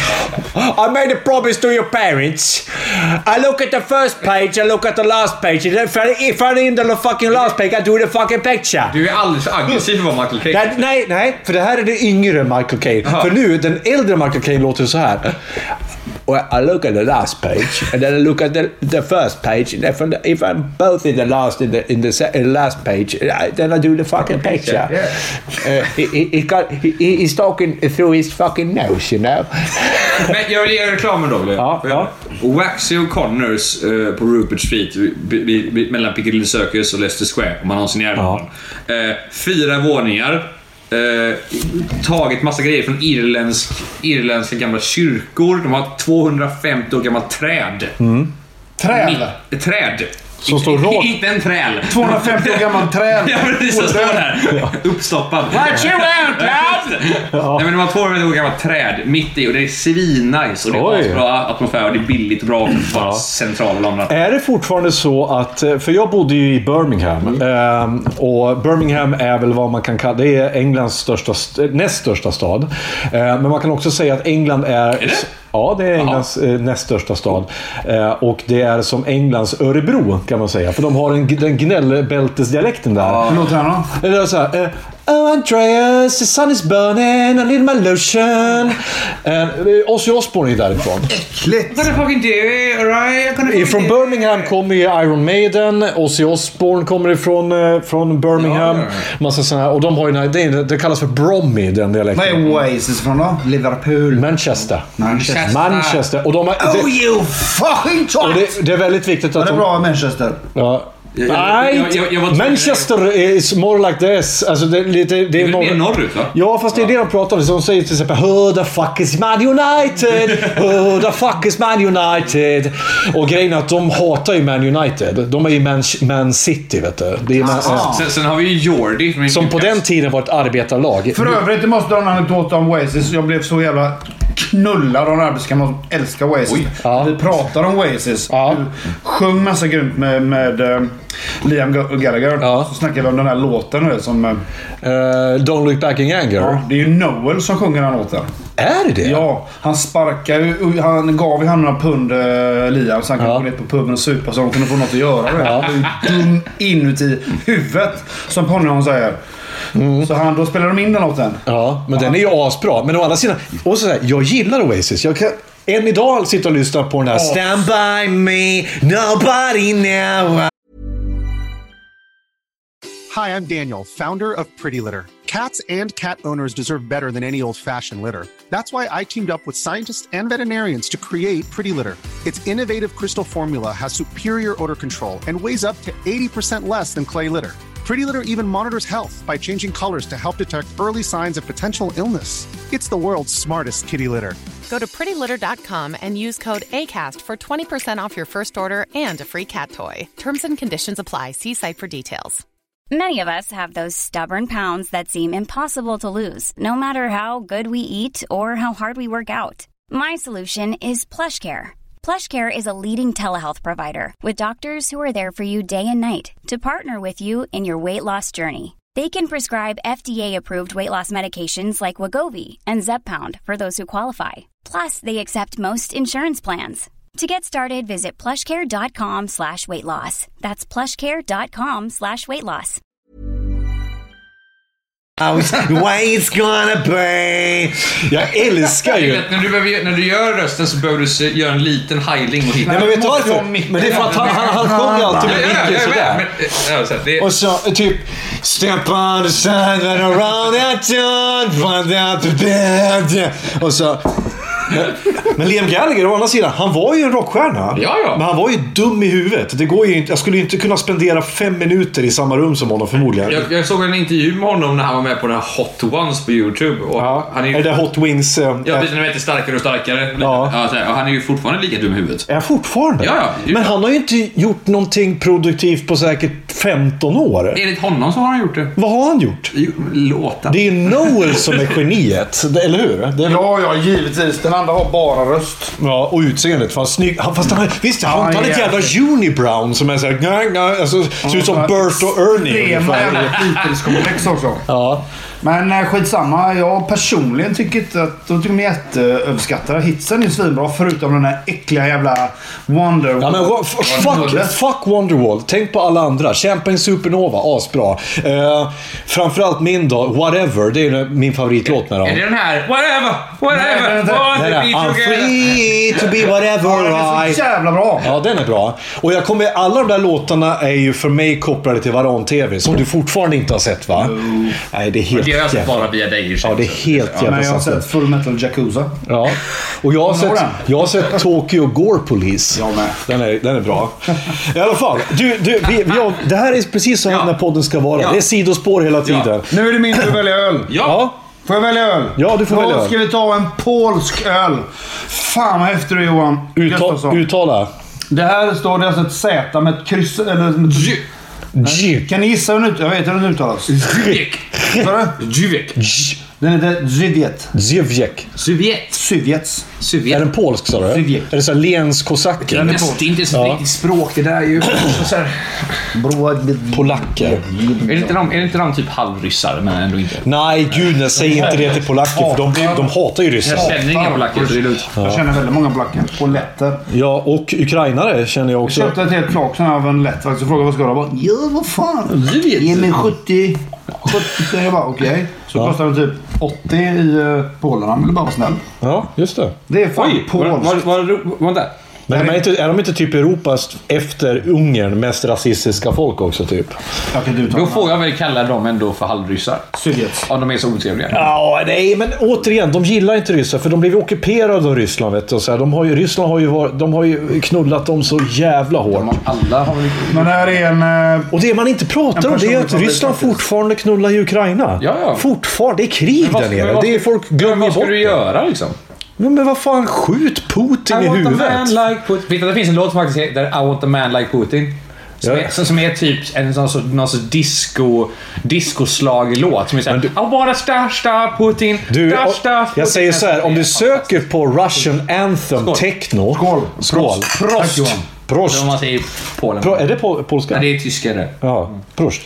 I made a promise to your parents. I look at the first page, I look at the last page. If I, if I'm in the fucking last page, I do the fucking picture. Du är alldeles för aggressiv för Michael Caine. Nej, nej, nej, för det här är det yngre Michael Caine. Aha. För nu, den äldre Michael Caine låter så här. Well, I look at the last page, and then I look at the, the first page. And if I'm, if I'm both in the last in the in the, se- in the last page, I, then I do the fucking picture. Yeah. Uh, he, he, he got, he, he's talking through his fucking nose, you know. Men jag vill göra reklamen då. Ja, ja. Waxy och Connors uh, på Rupert Street b- b- b- mellan Piccadilly Circus och Leicester Square om man har sin järnväg. Ja. Uh, fyra våningar. Uh, tagit massa grejer från irländsk, irländska gamla kyrkor. De har tvåhundrafemtio år gammalt träd. Mm. Träd? Mitt, träd. Som står rakt. Inte en träl. tvåhundrafemtio år gammalt träd. Ja, precis. Så står där. Uppstoppad. What you want, lad? Ja. Nej, men de har tvåhundrafemtio år gammalt träd mitt i. Och det är svinnice. Och det är en bra atmosfär. Och det är billigt och bra för ja. centrala London. Är det fortfarande så att... För jag bodde ju i Birmingham. Mm. Och Birmingham är väl vad man kan kalla... Det är Englands största, näst största stad. Men man kan också säga att England är... Är det? Ja, det är Englands eh, näst största stad. Eh, och det är som Englands Örebro kan man säga. För de har en, den gnällbältesdialekten där. Ja, låt henne. Det är så här... Eh, oh Andreas, the sun is burning, I need my lotion. Uh, Ozzy Osbourne är därifrån. Äckligt. What the fucking do? Right? Från Birmingham kommer ju Iron Maiden. Ozzy Osbourne kommer ifrån uh, från Birmingham. Ja, massa såna, och de har ju det, det kallas för Brommy, den dialekten. Vad är Oasis från då? Liverpool. Manchester. Manchester. Manchester. Och de har, oh det, you fucking twat! Och det, det är väldigt viktigt att det är bra Manchester. Ja. Nej, Manchester is more like this. Alltså det, det, det, det är norr... mer norrut, va? Ja, fast det är det de pratar om. De säger till exempel who the fuck is Man United? Who the fuck is Man United? Och grejen är att de hatar ju Man United. De är ju Man, Man City, vet du. Det är man, ah. sen, sen har vi ju Jordi som på den tiden var ett arbetarlag. För övrigt, det måste ha en anekdot om Oasis. Jag blev så jävla knullad av en arbetskamrat som älskar Oasis. Ja. Vi pratar om Oasis. Ja. Du sjöng massa grymt med, med uh, Liam Gallagher. Ja. Så snackar vi om den här låten nu som... Uh, Don't Look Back in Anger. Ja, det är ju Noel som sjunger den låten. Är det? Ja, han sparkar ju, han gav ju han några pund uh, Liam så han kunde ja. gå ner på puben och supa så de kunde få något att göra. Ja. Det är ju dum inuti huvudet, som Ponny säger. Mm. Så han, då spelar de in den låten. Ja, men ja. Den är ju asbra. Men å andra sidan, och så där, jag gillar Oasis. Jag kan än idag sitta och lyssna på den här oh. Stand by me, nobody now. Hi, I'm Daniel, founder of Pretty Litter. Cats and cat owners deserve better than any old-fashioned litter. That's why I teamed up with scientists and veterinarians to create Pretty Litter. Its innovative crystal formula has superior odor control and weighs up to eighty percent less than clay litter. Pretty Litter even monitors health by changing colors to help detect early signs of potential illness. It's the world's smartest kitty litter. Go to pretty litter dot com and use code ACAST for twenty percent off your first order and a free cat toy. Terms and conditions apply. See site for details. Many of us have those stubborn pounds that seem impossible to lose, no matter how good we eat or how hard we work out. My solution is PlushCare. PlushCare is a leading telehealth provider with doctors who are there for you day and night to partner with you in your weight loss journey. They can prescribe F D A-approved weight loss medications like Wegovy and Zepbound for those who qualify. Plus, they accept most insurance plans. To get started, visit plushcare.com slash weight loss. That's plushcare.com slash weight loss. Why it's gonna be. Jag älskar ju. När du, behöver, när du gör rösten så behöver du göra en liten heiling och hitta. Nej, men vet du varför? Men det är för att han, han, han sjunger alltid med micken sådär. Och så typ step on the side and around that turn. Och så... Men Liam Gallagher å andra sidan, han var ju en rockstjärna. Ja, ja. Men han var ju dum i huvudet. Det går ju inte, jag skulle ju inte kunna spendera fem minuter i samma rum som honom förmodligen. Jag, jag såg en intervju med honom när han var med på den här Hot Ones på YouTube. Och ja, han är ju... är det Hot Wings? Äh, ja, precis, när det är starkare och starkare. Ja. Ja, så här, och han är ju fortfarande lika dum i huvudet. Är han fortfarande? Ja, ja. Men han har ju inte gjort någonting produktivt på säkert femton år. Enligt honom så har han gjort det. Vad har han gjort? Låten. Det är ju Noel som är geniet, eller hur? Det är... Ja, ja, givetvis. Den andra har bara röst. Ja, och utseendet. Fast, snygg. Fast han, visst, han har ja, ett jävla unibrown som är såhär, nej, nej, alltså, ser ut som Bert och Ernie. Det är ett ytterskomplex också. Ja. Men skitsamma, jag personligen tycker inte att de tycker de är jätteöverskattade. Hitsen är svinbra förutom den här äckliga jävla Wonderwall. Ja, men fuck, fuck Wonderwall. Tänk på alla andra. Champagne Supernova, asbra. Uh, framförallt min då, Whatever. Det är min favoritlåt med dem. Är det den här? Whatever, whatever, whatever. I'm free to be whatever ja, I... Det är så jävla bra. Ja, den är bra. Och jag kommer, alla de där låtarna är ju för mig kopplade till Varan-tv som du fortfarande inte har sett, va? No. Nej, det är helt... Det är alltså bara via dig. Ja, det är helt jävla ja, men jag har sett Full Metal Yakuza. Ja. Och jag har sett, jag har sett Tokyo Gore Police. Jag med. Den är, den är bra. I alla fall. Du, du, vi, vi har, det här är precis så ja. När podden ska vara. Ja. Det är sidospår hela tiden. Ja. Nu är det min tur att välja öl. Ja. ja. Får jag välja öl? Ja, du får Då välja öl. Då ska vi ta en polsk öl. Fan vad efter det, Johan. Uttal, uttala. Det här står det alltså ett Z med ett kryss... Eller med ett... G. Kan ni gissa hur den uttalas? Jag vet hur den uttalas. Zivjek. Zivjek. Den heter Zivjet. Zivjek. Sovjet. Sovjets. Sovjet. Är den polsk, sa du? Zivjek. Är det så här Lens kosacker? Det är inte, inte så ja. Riktigt språk. Det där är ju så här... Polacker. Är det inte de, är det inte de typ halvryssar, men ändå inte? Nej, gud, nej, säg inte det till polacker, för de, de hatar ju ryssar. Jag känner inga polacker, så det är lugnt. Ja. Jag känner väldigt många polacker. Och letter. Ja, och ukrainare känner jag också. Jag köpte ett helt flak av en lätt faktiskt och frågade vad ska det vara. Ja, vad fan? Ge mig sjuttio. sjuttio, så jag bara, okej. Okay. Så ja. Kostar det typ åttio i uh, Polen. Han ville bara vara snäll. Ja, just det. Det är fan Oj, polskt. Vad var, var det? Men är, inte, är de inte typ Europas efter Ungern mest rasistiska folk också typ? Då får jag väl kalla dem ändå för halvryssar. Sovjet. Ja, de är så otrevliga. Ja, nej, men återigen, de gillar inte ryssar för de blev ockuperade av Ryssland, vet du, så här, de har ju, Ryssland har ju, varit, de har ju knullat dem så jävla hårt. De alla har väl... Men det här är en... Och det man inte pratar om, det är att Ryssland fortfarande knullar i Ukraina. Ja, ja. Fortfarande, det är krig där nere. Det är folk glömmer bort. Vad ska du göra liksom? Men, men vad fan, skjut Putin i huvudet. I want a man like Putin. Vet du, det finns en låt som faktiskt heter I want a man like Putin. Som, ja. är, som är typ en sån sorts, någon sorts disco, discoslag-låt som är såhär, I want a star star Putin. Du, star, star, jag säger så här, om du söker på Russian Anthem Skål. Techno. Skål. Skål. Prost. Prost. Prost. Som man säger i Polen. Pro, är det pol, polska? Nej, det är tyskare. Ja, prost.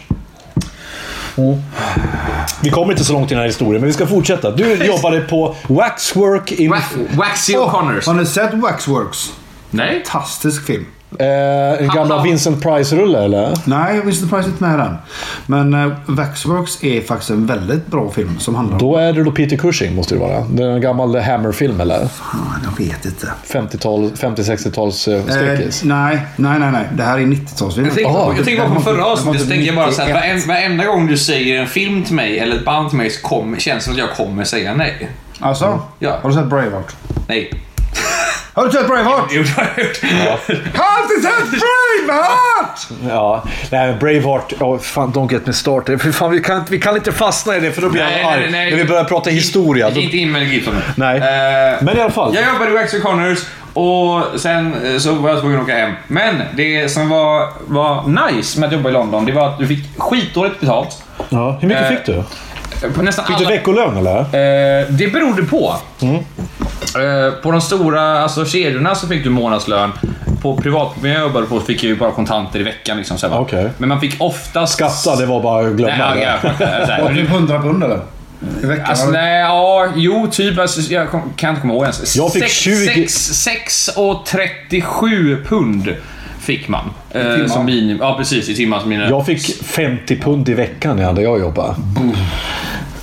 Mm. Vi kommer inte så långt i den här historien, men vi ska fortsätta. Du jobbade på Waxwork in... Wax, Waxy oh, O'Connors. Har ni sett Waxworks? Nej. Fantastisk film. Eh, en gamla Vincent Price-rulle, eller? Nej, Vincent Price är inte med den. Men uh, Waxworks är faktiskt en väldigt bra film som handlar om... Då är det då Peter Cushing, måste det vara. Det är en gammal Hammer-film, eller? Fan, jag vet inte. femtiotal, femtio-sextio-tals uh, skräckis. Eh, nej, nej, nej, nej. Det här är nittio-talsfilm. Jag tänkte, oh, jag tänkte bara på förra avsnittet, så tänker jag bara så här, varenda, varenda gång du säger en film till mig eller ett band till mig så kom, känns det som att jag kommer säga nej. Alltså? Mm. Ja. Har du sett Braveheart? Nej. Har du sett Braveheart? Jo, det har jag gjort. Ja. Har du sett Braveheart? Ja, nej, Braveheart, oh, fan, don't get me started. För fan, vi, kan, vi kan inte fastna i det, för då blir jag arg. När vi börjar prata historia. Jag gick inte in med Gibson. Nej, uh, men i alla fall. Jag jobbade i Waxy O'Connors och sen så var jag tvungen att åka hem. Men det som var, var nice med att jobba i London, det var att du fick skitdåligt betalt. Ja, hur mycket uh, fick du? På nästan fick alla... du veckolön, eller? Uh, det berodde på. Mm. Uh, på de stora alltså, kedjorna så fick du månadslön. På privat, men jag jobbade på fick jag ju bara kontanter i veckan liksom, så okay. Men man fick oftast... Skatta, det var bara att glömma. Nej, ja, ja, var det typ hundra pund eller? I veckan? Alltså, nej, ja, jo, typ, alltså, jag kan inte komma ihåg ens. Jag fick tjugo... sex och trettiosju pund fick man. Eh, som min, ja, precis, i timmar som mina... Jag fick femtio pund i veckan när jag jobbade.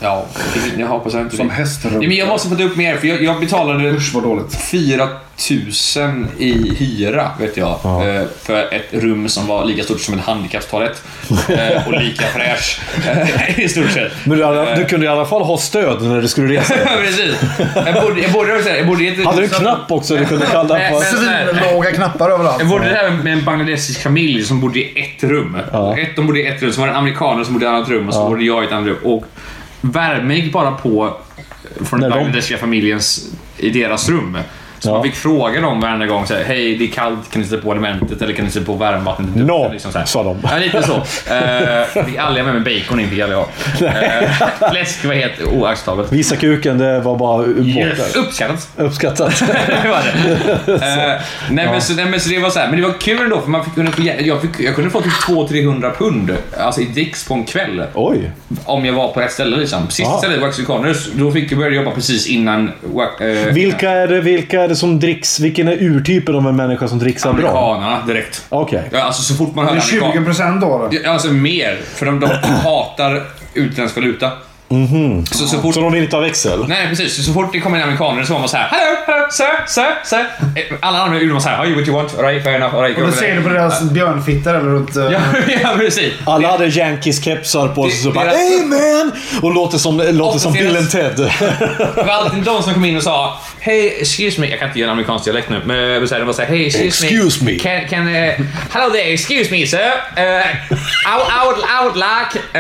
Ja, jag hoppas jag inte Som det. hästrum. Nej, men jag måste få upp mer, för jag, jag betalade Usch, vad dåligt. fyra tusen i hyra, vet jag, ja. För ett rum som var lika stort som en handikappstoalett och lika fräsch i stort sett. Men du, du kunde i alla fall ha stöd när du skulle resa. Precis. Jag borde, jag borde, jag borde inte... Hade du en knapp också du kunde kalla på? Låga knappar överallt. Jag bodde där med en bangladesisk familj som bodde i ett rum. Ja. Ett, de bodde i ett rum, så var det en amerikaner som bodde i ett annat rum och så ja. bodde jag i ett annat rum. Och värme gick bara på från den bangladesiska familjens i deras rum. Så ja. man fick fråga dem varje gång så här, hej, det är kallt, kan ni sätta på elementet eller kan ni sätta på värmvattnet? No, liksom så här. sa de. Ja, lite så. Uh, fick aldrig med mig bacon in, fick aldrig ha. Uh, fläsk var helt oacceptabelt. Visa kuken, det var bara yes. Uppskattat. Uppskattat. Det var det. Uh, nej, ja. men så, nej, men så det var så här, men det var kul ändå för man fick kunna få, jag, fick, jag kunde få typ två till trehundra pund alltså i dricks på en kväll. Oj. Om jag var på rätt ställe liksom. Sista Aha. stället var Waxy Corners, då fick jag börja jobba precis innan uh, Vilka är det, vilka är det som dricks, vilken är urtypen av en människa som dricksar bra? Amerikanerna direkt. Okej. Okay. Ja, alltså så fort man hör det är tjugo procent då? Ja, alltså mer, för de, de hatar utländsk valuta. Mm-hmm. Så, så, fort, så de vill inte ha växel? Nej, precis. Så fort det kommer en amerikaner så var man så här: hello, hello, sir, sir, sir. Alla andra gjorde man så här: how what you want? Right, fair enough. Right, och då ser du på deras björnfittar eller runt... Uh... ja, ja, precis. Alla hade Yankees-kepsar på sig så bara hey man! Och låter som, låter som Bill and Ted. Det var alltid de som kom in och sa: hey, excuse me. Jag kan inte göra en amerikansk dialekt nu. Men jag vill säga, det var så här: hey, excuse, excuse me. me. Can, can, uh, hello there, excuse me, sir. Uh, I, I, would, I would like... Uh,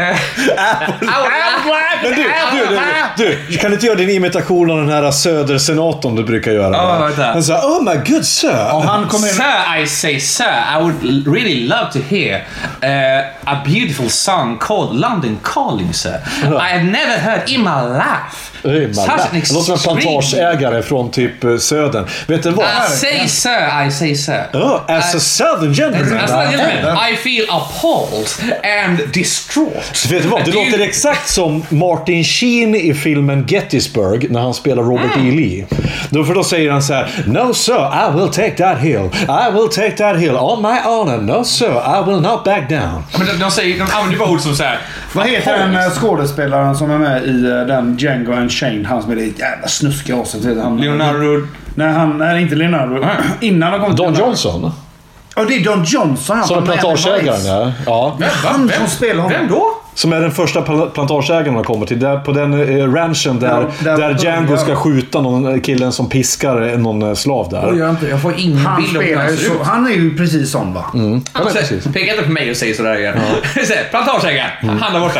I would like... Men du, du, du, du, kan du inte göra din imitation av den här södersenatorn du brukar göra? Oh, han sa, oh my good sir. Och han kommer in... Sir, I say sir, I would really love to hear uh, a beautiful song called London Calling, sir. I have never heard in my life. Det låter som en plantageägare från typ södern. Vet du vad? I say sir, I say sir. Oh, as I, a southern gentleman. As a gentleman, I feel appalled and distraught. Vet du vad? Det låter exakt som Martin Sheen i filmen Gettysburg när han spelar Robert mm. E. Lee. Då, för då säger han så här: no sir, I will take that hill. I will take that hill on my honor. No sir, I will not back down. Men de, de säger, de använder bara ord som så här. Vad heter den skådespelaren som är med i den Django and Shane, han som är det jävla snuskiga oss. Leonardo. Nej, han är inte Leonardo. Mm. Innan han kom Don Johnson. Ja, oh, det är Don Johnson. Som är plantageägaren, ja. Vem, han som spelar honom. Vem då? Som är den första plantageägaren har kommit till. Där, på den eh, ranchen där, ja, där, där Django ska skjuta någon killen som piskar någon slav där. Jag, inte, jag får ingen han bild av så, Han är ju precis sån, va? Mm. Ja, alltså, precis. Peka inte på mig och säg sådär igen. Ja. Plantageägaren, mm. han där borta.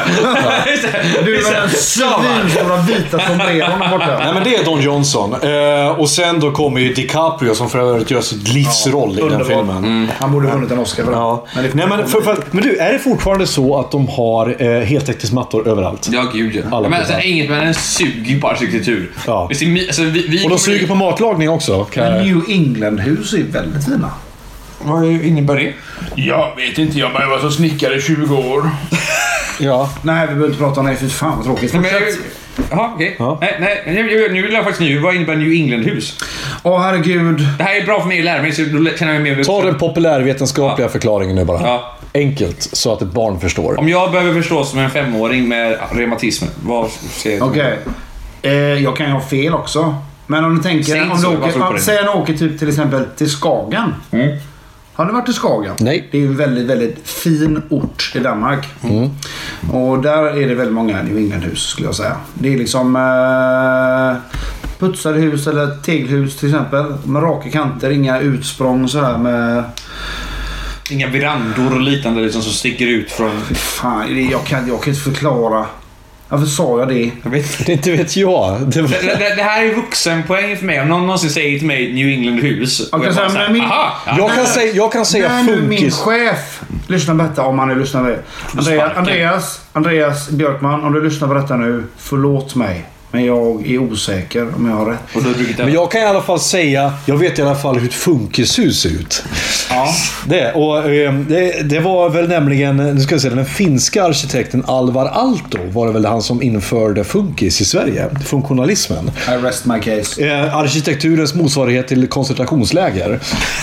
Du är den stora vita sombreron där borta. Nej, men det är Don Johnson. Eh, och sen då kommer ju DiCaprio som för övrigt gör sitt livsroll ja, i den filmen. Mm. Han borde ha vunnit en Oscar för det. Ja. Men, Nej, men, för, för, men du, är det fortfarande så att de har eh, heltäckningsmattor överallt? Ja, gud ja. Men alltså, inget, men den suger bara arkitektur. Ja. Alltså, vi, vi och de suger på matlagning också. Men New England-hus är väldigt fina. Vad innebär det? Jag vet inte, jag bara var så snickare i tjugo år. Ja. Nej, vi behöver inte prata om det, för fan vad tråkigt. Jaha, okej. Okay. Ja. Nej, nej, nu vill jag faktiskt nu. Vad innebär New England-hus? Åh, herregud. Det här är bra för mig att lära mig, så då känner jag mig mer... Ta den populärvetenskapliga ja. förklaringen nu bara. Ja. Enkelt, så att ett barn förstår. Om jag behöver förstå som en femåring med reumatism, vad säger du? Okej. Okay. Eh, jag kan ju ha fel också. Men om du tänker... Säg om du åker, säg att du åker typ till exempel till Skagen. Mm. Har du varit i Skagen? Nej. Det är en väldigt, väldigt fin ort i Danmark. Mm. Och där är det väldigt många New England-hus skulle jag säga. Det är liksom eh, putsade hus eller tegelhus till exempel. Med raka kanter, inga utsprång så här med... Inga verandor och liknande liksom, som sticker ut från... Fan, jag kan, jag kan inte förklara. Varför sa jag det? Jag vet. Det inte vet jag. Det, det, det, det här är vuxenpoäng för mig. Om någon någonsin säger till mig New England-hus. Jag kan, säga, säga, min, aha, jag, ja. kan säga, jag kan säga funkis. Min chef lyssnar på detta om han är lyssnare. Andreas, Andreas, Andreas Björkman, om du lyssnar på detta nu, förlåt mig. Men jag är osäker om jag har rätt. Och då brukar Men jag kan i alla fall säga, jag vet i alla fall hur ett funkishus ser ut. Ja. Det, och, eh, det, det var väl nämligen, nu ska jag säga, den finska arkitekten Alvar Aalto var det väl han som införde funkis i Sverige. Funktionalismen. I rest my case. Eh, arkitekturens motsvarighet till koncentrationsläger.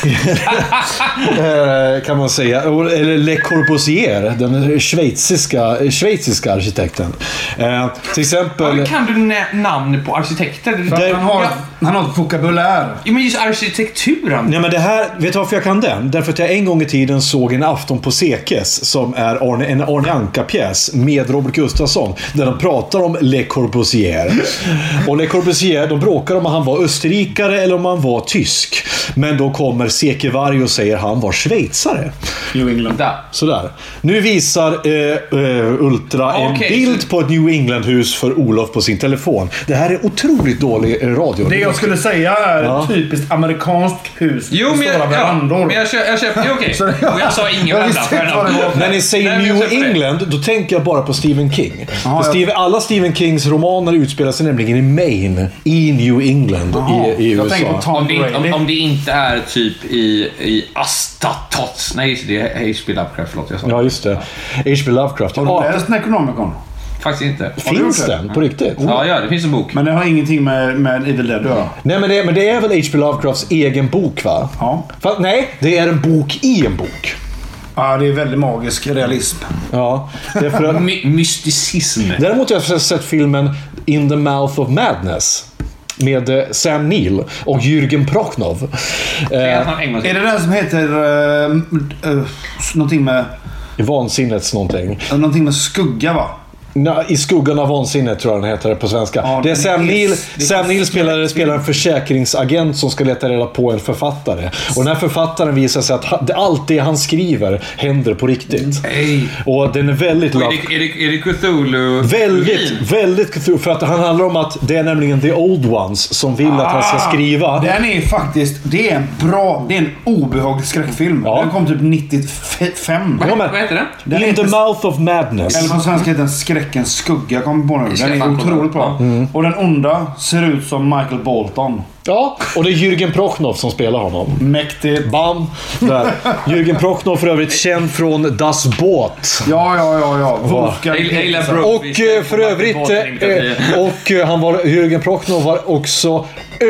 eh, kan man säga. Eller Le Corbusier, den schweiziska, schweiziska arkitekten. Eh, till exempel... Ja, kan du nä- namn på arkitekter? Det, han, har, han har ett vokabulär. Ja, men just arkitekturen. Nej, men det här, vet du varför jag kan den? Därför att jag en gång i tiden såg en afton på Sekes som är Arne, en Arne Anka-pjäs med Robert Gustafsson där de pratar om Le Corbusier. Och Le Corbusier, de bråkar om han var österrikare eller om han var tysk. Men då kommer Seke Varg och säger han var schweizare. New England. Där. Sådär. Nu visar eh, eh, Ultra en Okej, bild så... på ett New England-hus för Olof på sin telefon. Det här är otroligt dålig eh, radio. Det jag skulle säga är Ja. ett typiskt amerikanskt hus. Jo, men jag, stora ja, verandor. men jag köper... Jag, köp, jo, okej. Så det- Och jag sa ingen Jag veranda. visste inte vad det var. När ni säger Nej, men jag New köper det. England, då tänker jag bara på Stephen King. Aha, För Stephen, alla Stephen Kings romaner utspelar sig nämligen i Maine, i New England, Jaha, i, i U S A. jag tänker på Tom Om det, inte, om, Brady. om det inte är typ i, i Astatots. Nej, det är H P Lovecraft. Förlåt, jag sa. Ja, just det. H P Lovecraft. Har du Ja, läst Necronomicon? Faktiskt inte. Har du finns gjort det? den på riktigt? Ja, ja, det finns en bok. Men det har ingenting med, med Evil Dead att göra. Nej, men det, men det är väl H P Lovecrafts egen bok, va? Ja. Fast, nej, det är en bok i en bok. Ja, det är väldigt magisk realism. Ja, det är för att... My- mysticism. Däremot har jag sett filmen In the Mouth of Madness med eh, Sam Neill och Jürgen Prochnov. Kan Eh, jag ta en gång till? Är det den som heter uh, uh, någonting med vansinnets någonting. någonting med skugga, va? Na, I skuggan av vansinnet tror jag den heter på svenska. Ja, det är Sam det är- Neill, det är- Sam Neill spelar, spelar en försäkringsagent som ska leta reda på en författare. Och den här författaren visar sig att ha- allt det han skriver händer på riktigt. Nej. Och den är väldigt Är love. det, är det, är det Cthulhu? Väldigt, väldigt Cthulhu. För att han handlar om att det är nämligen the old ones som vill att han ska skriva. Den är faktiskt, det är en bra, det är en obehaglig skräckfilm. Ja. Den kom typ nittiofem. Vad, Ja, men- vad heter den? Den In the heter- Mouth of Madness. Eller på svenska heter den Skräckens skugga, kom på nu. ska Den är fan kolla. otroligt bra. Och den onda ser ut som Michael Bolton. Ja, och det är Jürgen Prochnov som spelar honom. Mäktigt. Bam! Där. Jürgen Prochnov för övrigt känd från Das Boot. Ja, ja, ja, ja. Wolfgang Jag gillar Petersen. Bro. Och eh, för övrigt eh, och eh, han var, Jürgen Prochnov var också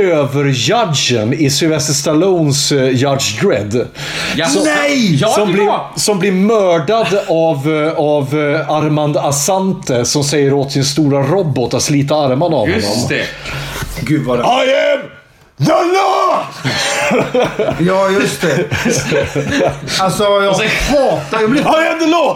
överjudgen i Sylvester Stallones eh, Judge Dredd. Ja, Som- nej! Ja, som, det blir, var. som blir mördad av, eh, av eh, Armand Assante som säger åt sin stora robot att slita armarna av Just honom. det. Gud vad det... I am the law! Ja, just det. Alltså, jag hatar... Jag blir I am the law!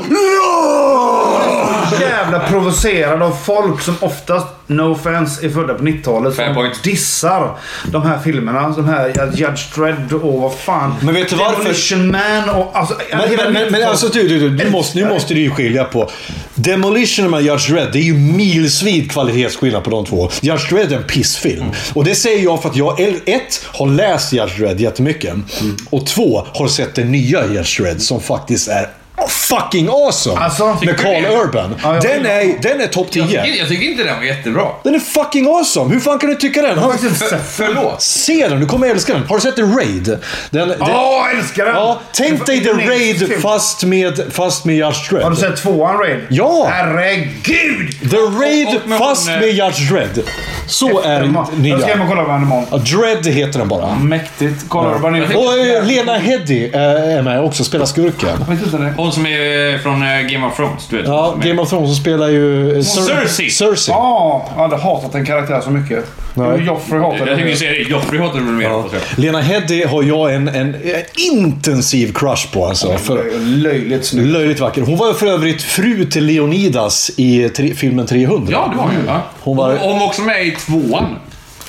så jävla provocerad av folk som oftast, no offense, är födda på nittiotalet. Fair Som point. dissar de här filmerna. De här Judge Dredd och vad fan. Men vet du varför? Demolition Man och... Alltså, Men, hela men, men, men nittiotalet. alltså du, du, du, du måste, nu måste du ju skilja på Demolition och Judge Dredd. Det är ju milsvid kvalitetsskillnad på de två. Judge Dredd är en pissfilm. Och det säger jag för att jag ett, har läst Judge Dredd jättemycket. Och två, har sett den nya Judge Dredd som faktiskt är fucking awesome. Alltså, med tycker Carl du? Urban. Ja, jag den, vet. är, den är topp Jag tio. tycker, jag tycker inte den var jättebra. Den är fucking awesome. Hur fan kan du tycka den? Han, För, förlåt. se den, du kommer älska den. Har du sett The Raid? Den, den, Åh, älskar den! ja, tänk dig The Raid fast med, fast med Judge Dredd. Har du sett tvåan, Raid? Ja. Herregud! The Raid Och- och med fast hon, med eh, Judge Dredd. Så är Jag det ska hem nya. och kolla på den imorgon. Ja, Dredd heter den bara. Mäktigt. Kolla ja. Vad ni... Och eh, Lena Headey eh, är med också, spelar skurken. Jag vet inte det. Hon som är från eh, Game of Thrones, du vet. Ja, Som är- Game of Thrones som spelar ju... eh, Cer- Cersei. Cersei. Ja, jag hade hatat en karaktär så mycket. Nej. Joffrey hatade Jag tänkte det. säga det. Joffrey hatar du väl mer Ja. på, tror jag. Lena Headey har jag en, en, en intensiv crush på alltså. För, Löjligt snyggt. löjligt vacker. Hon var för övrigt fru till Leonidas i tre, filmen trehundra. Ja, det var ju. Ja. Hon var- Hon var också med i tvåan.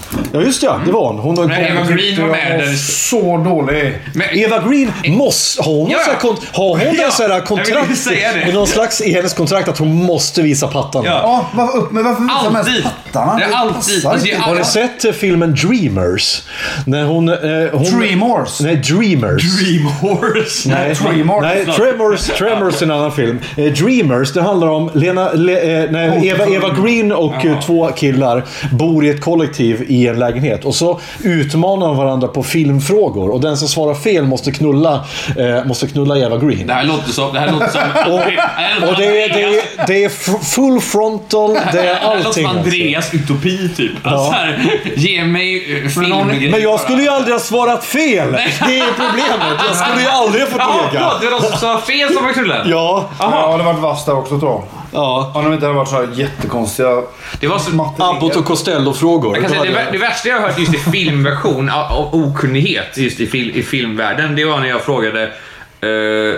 Ja, just ja. Det var hon. Hon har Men Eva Green var med där. Så dålig. Men Eva Green måste... Har hon, ja. så kont- har hon ja. en sån här kontrakt? Med någon slags i hennes kontrakt att hon måste visa pattarna. Ja, ja varför, upp, men varför visar man ens pattarna? Det är alltid. Alltså, har ni sett uh, filmen Dreamers? När hon... Uh, hon Dreamers? Nej, Dreamers. Dreamers? Nej, Tremors. Nej, Tremors, Tremors är en annan film. Uh, Dreamers, det handlar om Lena, Le, uh, nej, Eva, Eva Green och ja. uh, två killar bor i ett kollektiv i en lägenhet. Och så utmanar de varandra på filmfrågor. Och den som svarar fel måste knulla, uh, måste knulla Eva Green. Det här låter som... Det här låter som och, och det, är, det, är, det är full frontal, det är allting. Det låter som Andreas utopi typ. Ja. Alltså här, ge mig film. Men jag skulle ju aldrig ha svarat fel. Det är problemet. Jag skulle ju aldrig ha fått lägga. Ja, det var de som sa fel som var krullen. Ja. Aha. Ja, det var varit vassa också tror jag. Ja. Om de inte hade varit så här jättekonstiga... Det var så... Abbott och Costello-frågor. Jag kan säga, det, det värsta jag har hört just i filmversion av okunnighet just i, fil, i filmvärlden, det var när jag frågade... Uh,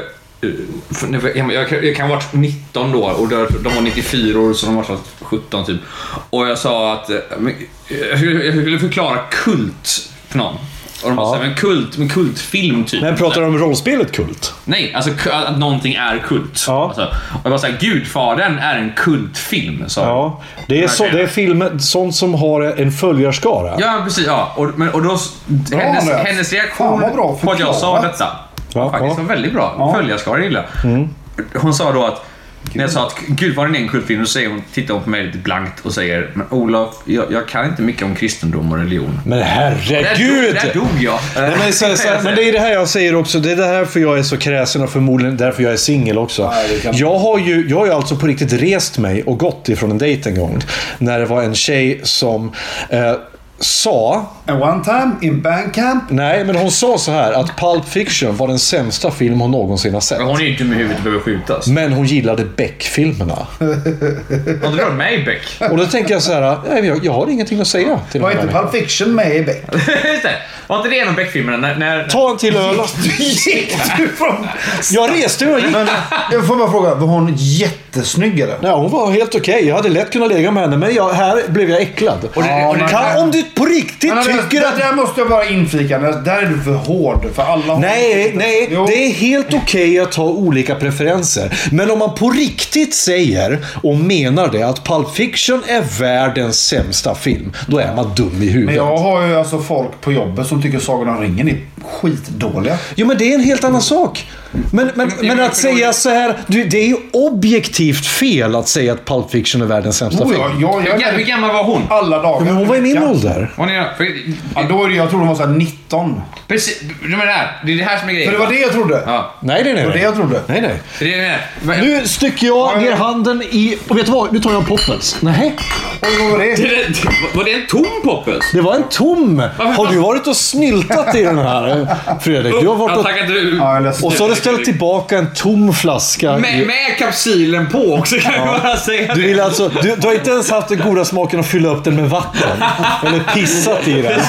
Jag, jag kan ha varit nitton då och de var nittiofyra år så de var sjutton typ. Och jag sa att jag skulle förklara kult för någon. Och de bara ja. men kult, men kultfilm typ. Men pratar du om rollspelet kult? Nej, alltså att någonting är kult. Ja. Alltså, och jag bara såhär, Gudfadern är en kultfilm. Så. Ja, det är, så, det är filmer, sånt som har en följarskara. Ja, precis. Ja. Och, men, och då, bra, hennes, hennes reaktion på att jag sa detta ja, faktiskt ja. var väldigt bra. Ja. Följarskara gillar. Mm. Hon sa då att när jag sa att Gudfadern är en kultfilm, så säger hon, tittar hon på mig lite blankt och säger, men Olof, jag, jag kan inte mycket om kristendom och religion. Men herregud! Där dog, där dog jag. Nej, men, så, så, men det är det här jag säger också. Det är det här för jag är så kräsen och förmodligen därför jag är singel också. Nej, jag har ju jag har ju alltså på riktigt rest mig och gått ifrån en dejt en gång. När det var en tjej som... Eh, sa... And one time in Bandcamp? Nej, men hon sa så här att Pulp Fiction var den sämsta film hon någonsin har sett. Men hon är ju inte med huvudet och behöver skjutas. Men hon gillade Beck-filmerna. Har du varit med i Beck? Och då tänker jag så här, nej, jag, jag har ingenting att säga till var inte Pulp Fiction med i Beck? Just det. Var inte det en av Beck-filmerna? När, när... Ta en till öl. Jag reste och gick. Jag får bara fråga, var hon jättesnygg eller? Nej, hon var helt okej. Okay. Jag hade lätt kunnat lägga med henne, men jag, här blev jag äcklad. Och det, och det, kan, om du på riktigt men, tycker det, att... Där måste jag bara inflika. Där är du för hård för alla. Nej, nej. Jo. Det är helt okej okay att ha olika preferenser. Men om man på riktigt säger och menar det att Pulp Fiction är världens sämsta film, då är man dum i huvudet. Men jag har ju alltså folk på jobbet som tycker Sagan om ringen är skitdåliga. Jo, men det är en helt annan sak. Men, men, men att säga så här, det är ju objektivt fel att säga att Pulp Fiction är världens sämsta oh, film. Ja, ja, jag, hur, hur gammal var hon? Alla dagar. Men hon var i min ålder. Hon är, för, ja, då är det, jag tror hon var så här nitton. Precis, det är det här, det är det här som är grejen. För det var det jag trodde. Ja. Nej, nej, nej. Det var det jag trodde. Nej, nej. Det är det här. Nu stycker jag ner handen i... Och vet du vad? Nu tar jag en Poppels. Nej. Vad var det? Det, det, var det en tom Poppels? Det var en tom. Har du varit och snyltat i den här, Fredrik? Du har varit och... Ja, och så har du ställt tillbaka en tom flaska. Med, med kapsylen på också, kan ja. jag bara säga. Du, vill alltså, du, du har inte ens haft den goda smaken att fylla upp den med vatten. Eller pissat i den.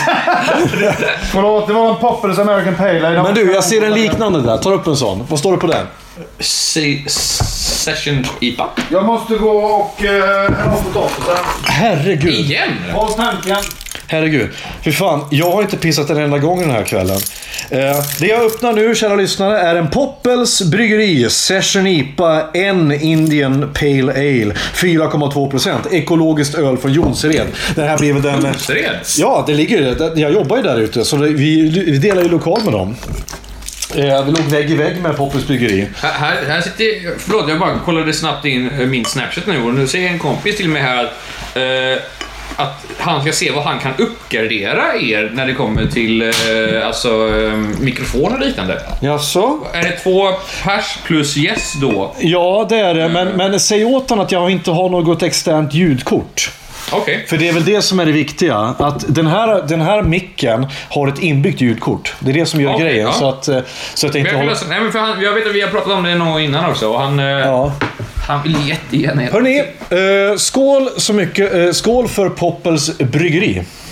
Förlåt, det var en Poppels American Pale Ale. Men du, jag ser en liknande där. Ta upp en sån. Vad står det på den? Se- Session I P A. Jag måste gå och äh, ha potatisen. Herregud. Igen? Håll tanken. Herregud. För fan, jag har inte pissat en enda gång den här kvällen. Eh, det jag öppnar nu, kära lyssnare, är en Poppels Bryggeri Session I P A, en Indian Pale Ale, fyra komma två procent. Ekologiskt öl från Jonsered. Den här blev den... Jonsered? Ja, det ligger... Jag jobbar ju där ute, så det, vi, vi delar ju lokal med dem. Eh, vi låg vägg i vägg med Poppels Bryggeri. Här, här, här sitter... Förlåt, jag bara kollade snabbt in min Snapchat nu. Och nu ser jag en kompis till mig här... Eh, att han ska se vad han kan uppgradera er när det kommer till eh, alltså, eh, mikrofon och liknande. Jaså? Är det två pers plus yes då? Ja, det är det. Men, men säg åt honom att jag inte har något externt ljudkort. Okay. För det är väl det som är det viktiga. Att den här, den här micken har ett inbyggt ljudkort. Det är det som gör okay, grejen. Ja. Så att, så att jag inte jag, håller... Nej, men för han, jag vet att vi har pratat om det någon innan också. Och han... Ja. Han vill jättegärna... Hörrni, eh, skål så mycket. Eh, skål för Poppels Bryggeri.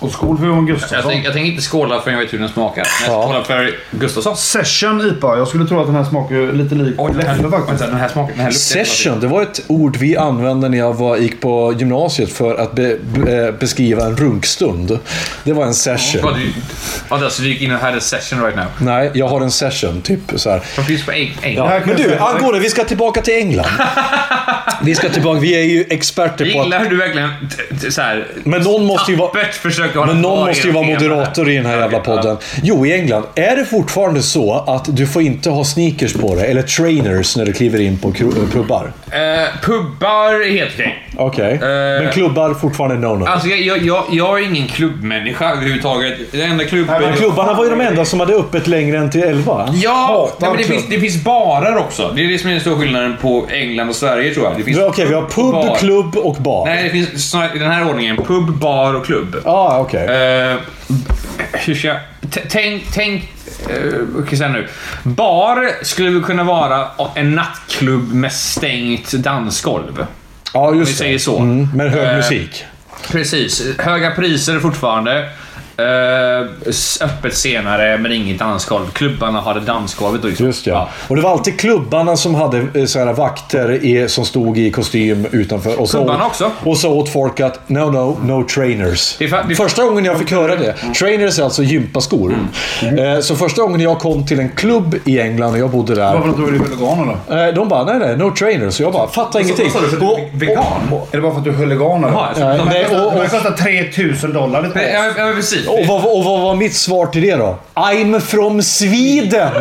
Och skål för Johan Gustafsson. Jag tänker, jag tänker inte skåla förrän jag vet hur den smakar. Men jag skålar för Gustafsson. Session I P A. Jag skulle tro att den här smakar lite lik. Oj, den här, faktiskt. Den här smakar, den här Session, det var ett ord vi använde när jag var, gick på gymnasiet för att be, be, beskriva en runkstund. Det var en session. Ja, du, ja, så du gick in och hade session right now? Nej, jag har en session, typ så här. Som finns på England. Ja, men du, angående, vi ska tillbaka till England. Vi ska tillbaka, vi är ju experter på att... Gillar du verkligen så här, men någon måste ju vara, men någon måste ju vara moderator i den här jävla podden. Jo, i England är det fortfarande så att du får inte ha sneakers på dig eller trainers när du kliver in på pubbar. Uh, pubbar är helt okej. Okej. Okay. Uh, men klubbar fortfarande no-no. Alltså jag, jag, jag är ingen klubbmänniska överhuvudtaget. Den enda klubben... Men klubbarna var ju de enda som hade öppet längre än till elva. Ja, nej, men det finns, det finns barer också. Det är det som är den stora skillnaden på England och Sverige, tror jag. Det finns Okej, okay, vi har pub, bar. klubb och bar. Nej, det finns i den här ordningen pub, bar och klubb. Ah, okej. Okay. Uh, hur ska jag... Tänk... tänk uh, okay, nu. Bar skulle väl kunna vara en nattklubb med stängt dansgolv. Ja, just vi det. säger så. Mm, med hög uh, musik. Precis. Höga priser fortfarande. Uh, öppet senare, men inget dansgolv. Klubbarna hade dansgolvet. Liksom. Just ja. Och det var alltid klubbarna som hade så här vakter i, som stod i kostym utanför. Och så, klubbarna också. Och så åt folk att no, no, no trainers. Det fa- det första gången jag fick höra det. Mm. Trainers är alltså gympaskor. Mm. Mm. Så första gången jag kom till en klubb i England och jag bodde där. Varför tror du är huliganer då? De bara, nej, nej, no trainers. Så jag bara, fattar ingenting. Vad sa du? För du vegan? Är det bara för att du är huliganer? Jaha, det kostar tre tusen dollar. Lite men, ja, ja, precis. Och vad, och vad var mitt svar till det då? I'm from Sweden!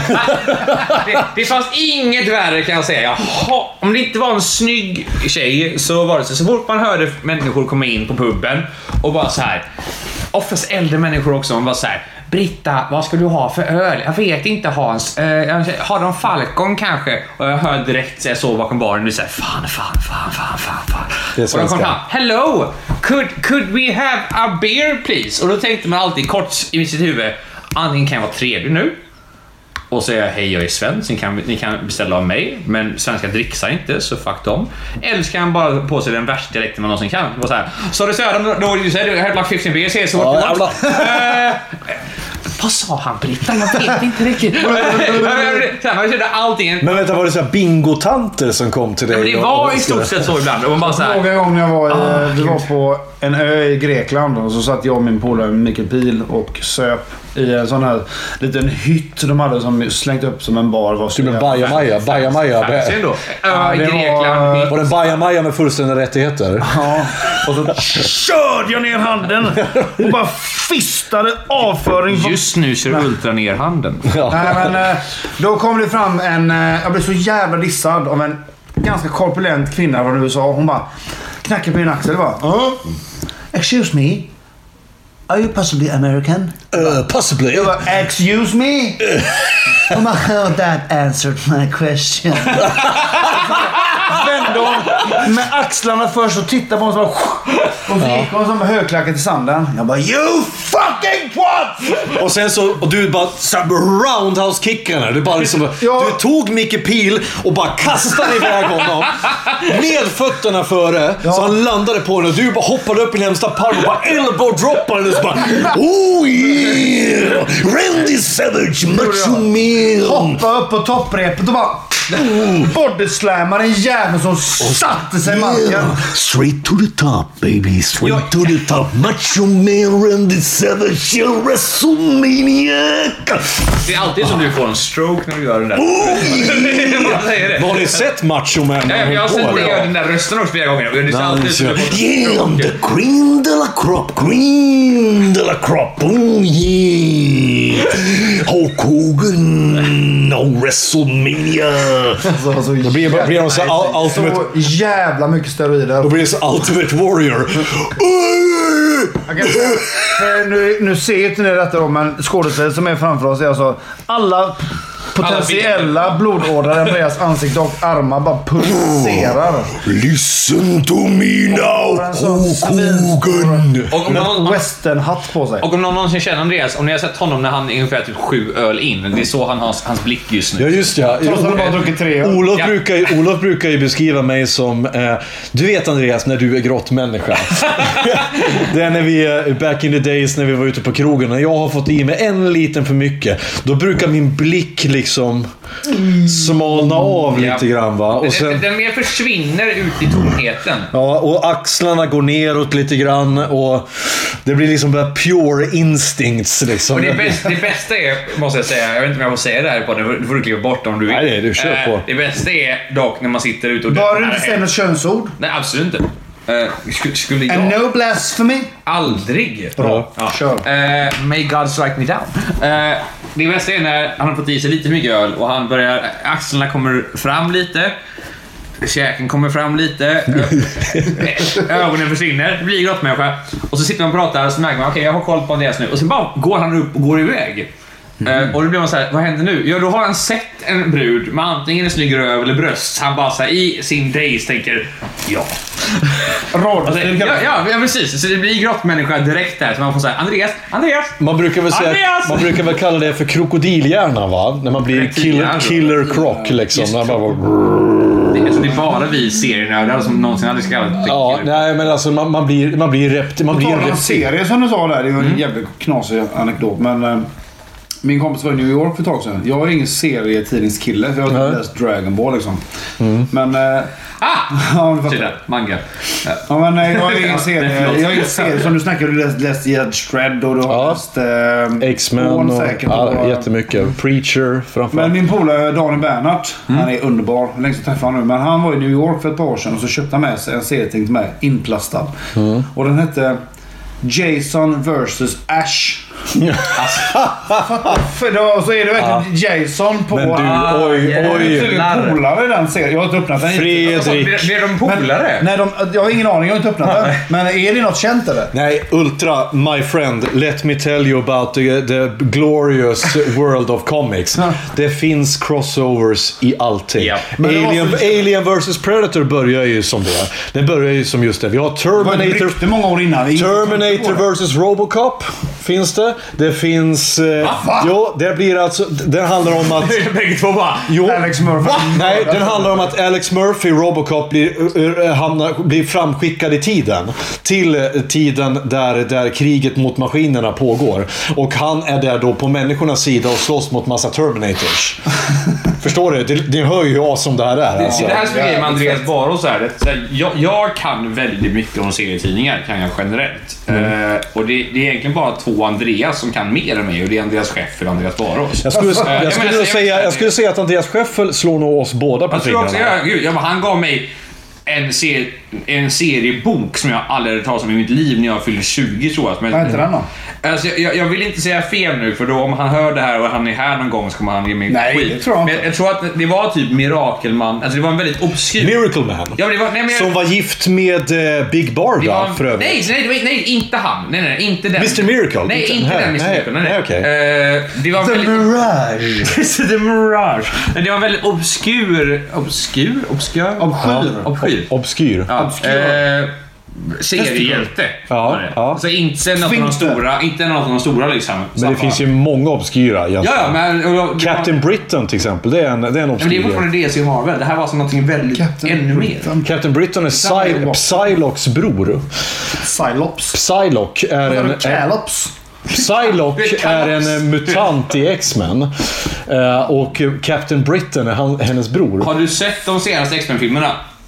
det, det fanns inget värre, kan jag säga. Jaha, om det inte var en snygg tjej så var det så. Så fort man hörde människor komma in på puben och bara så här. Oftast äldre människor också. Man bara så här. Britta, vad ska du ha för öl? Jag vet inte, Hans. Uh, har de Falcon kanske? Och jag hör direkt så jag såg bakom baren och du säger fan, fan, fan, fan, fan, fan. Det är och de kom fram, hello, could, could we have a beer please? Och då tänkte man alltid kort i sitt huvud, antingen kan jag vara trevlig nu och säga hej, jag är svensk, ni kan, ni kan beställa av mig, men svenska dricksar inte, så fuck dem. Eller ska han bara på sig den värsta dialekten man någonsin kan. Och så här, så det Söder, då du säger, jag har like fifteen beers here, så what you want? Vad sa han, Britta? Jag vet inte riktigt. Man körde allting. Men vänta, var det så här bingotanter som kom till dig? Men det var i stort sett så ibland. Och man bara så här. Några gånger jag var, i, ah, vi var på en ö i Grekland och så satt jag och min polare Mikael Pil och söp i en sån här liten hytt de hade som slängt upp som en bar. Var typ en bajamaja. Bajamaja. Ja, i Grekland. Var det en bajamaja med fullständiga rättigheter? Ja. Och så körde jag ner handen och bara fistade avföring. Just nu kör ultra ner handen. Ja. Nej, men då kom det fram en... Jag blev så jävla dissad av en ganska korpulent kvinna från U S A. Hon bara knackade på min axel och bara... Uh, excuse me. Are you possibly American? Uh, possibly. Jag bara, excuse me? Oh my God, that answered my question. Vände hon med axlarna först och tittade på honom så bara, och så gick hon som högklackat i sanden. Jag bara, you fucking what? Och sen så, och du bara roundhouse-kickarna. Du bara liksom, ja. Du tog Micke Pil och bara kastade iväg honom med fötterna före, ja. Så han landade på den och du bara hoppade upp i närmsta palm och bara elbow-droppade och så bara, oh yeah, Randy Savage, Macho Man. Hoppa upp på topprepet och bara bodyslammar en jävel som satte sig i marken. Straight to the top, baby. Straight to the top. Macho Man, Randy Savage, WrestleMania. Det är alltid som du får en stroke när du gör den där. Oh! Har ni sett Macho Man? Ja, jag har sett dig göra den där rösten också flera gånger. Det är alltid som du får yeah, the cream de la crop, cream de la crop. Oh yeah. Hulk Hogan, no WrestleMania. Så, så då blir det blir så, all, ultimate, så jävla mycket steroider. Då blir det så Ultimate Warrior. Okay, för nu, nu ser inte ni detta då, men skådespelare som är framför oss är alltså alla potentiella blodådror i Andreas ansikte och armar bara pulserar. Listen to me now, Håkogen. Och om någon westernhatt på sig. Och om någon någonsin känner Andreas, om ni har sett honom när han är ungefär typ sju öl in, det är så han har hans blick just nu. Ja, just ja. Trots att han bara druckit tre öl. Olof, Ja. brukar, Olof brukar ju beskriva mig som eh, du vet Andreas, när du är grottmänniska. Det är när vi är back in the days när vi var ute på krogen, när jag har fått i mig en liten för mycket, då brukar min blick liksom smalna av Ja. lite grann, va? Och sen, den, den mer försvinner ut i tomheten. ja, och axlarna går neråt lite grann och det blir liksom bara pure instincts liksom. Och det, bästa, det bästa är, måste jag säga, jag vet inte om jag får säga det här på det, du får du kliva bort om du vill. Nej, det är du, kör på. Det bästa är dock när man sitter ute och... Bör du inte säga något könsord? Nej, absolut inte. Uh, skulle, skulle jag... And no blasphemy? Aldrig. Bra, Ja. kör. Uh, may God strike me down. Uh, det bästa är när han har fått i sig lite mycket öl och han börjar, axlarna kommer fram lite, käken kommer fram lite, ögonen försvinner, det blir grottmänniska. Och så sitter man och pratar och så märker man, okej, okay, jag har koll på det nu. Och så bara går han upp och går iväg. Mm. Uh, och då blir man så här, vad händer nu? Ja, då har han sett en brud med antingen en snygg röv eller bröst. Han bara så här, i sin days tänker, ja. Alltså, ja, ja, ja, precis. Så det blir grottmänniska direkt där. Så man får säga, Andreas, Andreas. Man brukar väl säga, Andreas! man brukar väl kalla det för krokodilhjärna, va? När man blir killer, killer croc liksom. När man bara... Det, alltså, det är bara vi serienördar som någonsin hade kallat det. Ja, nej, men alltså man, man blir man blir rept, man blir en en reptil. serie som du sa där, det var en mm. jävligt knasig anekdot, men eh, min kompis var i New York för ett tag sedan. Jag är ingen serietidningskille, för jag har inte läst Dragon Ball liksom. Mm. Men eh, ah! ja, Titta, manga. Ja, ja men nej, jag är ingen serie. Jag är ingen serie som du snackar, du läst, läst Judge Dredd och du har ja. läst eh, X-Men och, säkert, ja, och jättemycket. Preacher framförallt. Men min polare Daniel Bernhardt, mm. han är underbar. Längst att träffa honom nu. Men han var i New York för ett par år sedan och så köpte han med sig en serietidning till mig, inplastad. Mm. Och den hette Jason versus Ash. För då så är det verkligen ja. Jason på... Men du, oj, oj. Polare i den serien. Jag har inte öppnat den. Fredrik. Alltså, blir de polare? Nej, de, jag har ingen aning. Jag har inte öppnat den. Men är det något känt eller? Nej, Ultra, my friend. Let me tell you about the, the glorious world of comics. Det finns crossovers i allting. Ja. Alien, så... Alien versus Predator börjar ju som det. Den börjar ju som just det. Vi har Terminator... Det många år innan. Terminator versus Robocop finns det. Det finns... Eh, jo, det blir alltså... Den handlar om att... Bägge två bara... Jo, Alex Murphy. Va? Nej, den handlar om att Alex Murphy, Robocop, blir, uh, hamnar, blir framskickad i tiden. Till uh, tiden där, där kriget mot maskinerna pågår. Och han är där då på människornas sida och slåss mot massa Terminators. Förstår du? Det, det hör ju jag som det här är. Det, alltså. det här som är med Andreas Baros är det. Så här, jag, jag kan väldigt mycket om serietidningar, kan jag generellt. Mm. Uh, och det, det är egentligen bara två Andreas som kan mer än mig. Och det är Andreas Scheffel och Andreas Baros. Jag skulle, jag, jag, skulle jag, säga, jag skulle säga att Andreas Scheffel slår nog oss båda på fingrarna. Ja, gud, ja, han gav mig en, ser, en seriebok som jag aldrig hade talat om i mitt liv när jag fyllde tjugo, tror jag. Vad heter den då? Alltså, jag, jag vill inte säga fel nu, för då om han hör det här och han är här någon gång så kommer han ge mig nej, skit. Det tror jag, men jag, jag tror att det var typ Mirakelman. Alltså det var en väldigt obskyr... Miracle Man. Ja, det var, nej, men jag... Som var gift med uh, Big Barda var... för övrigt. Nej, nej, nej, nej, inte han. Nej, nej, inte den. mister Miracle. Nej, inte nej, den mister nej, Miracle. Nej, nej. Okay. Uh, det var The väldigt... Mirage. The Mirage. Det var en väldigt obskur... Obskur? Obskur? Obskyr. Obskyr. Obskyr. Ja. Eh, seriehjälte. Ja, ja. Alltså inte något av de stora, inte något av de stora liksom. Men det finns ju många obskyra. Ja, ja, men och, Captain var... Britain till exempel, det är en det är en obskyr. Men det är fortfarande D C Marvel. Det här var som någonting väldigt Captain ännu Britain. mer. Captain Britain är Psy- Psylocks bror. Psylops. Psylocke är en Calops. Psylocke är en mutant i X-Men. Uh, och Captain Britain är han, hennes bror. Har du sett de senaste X-Men-filmerna?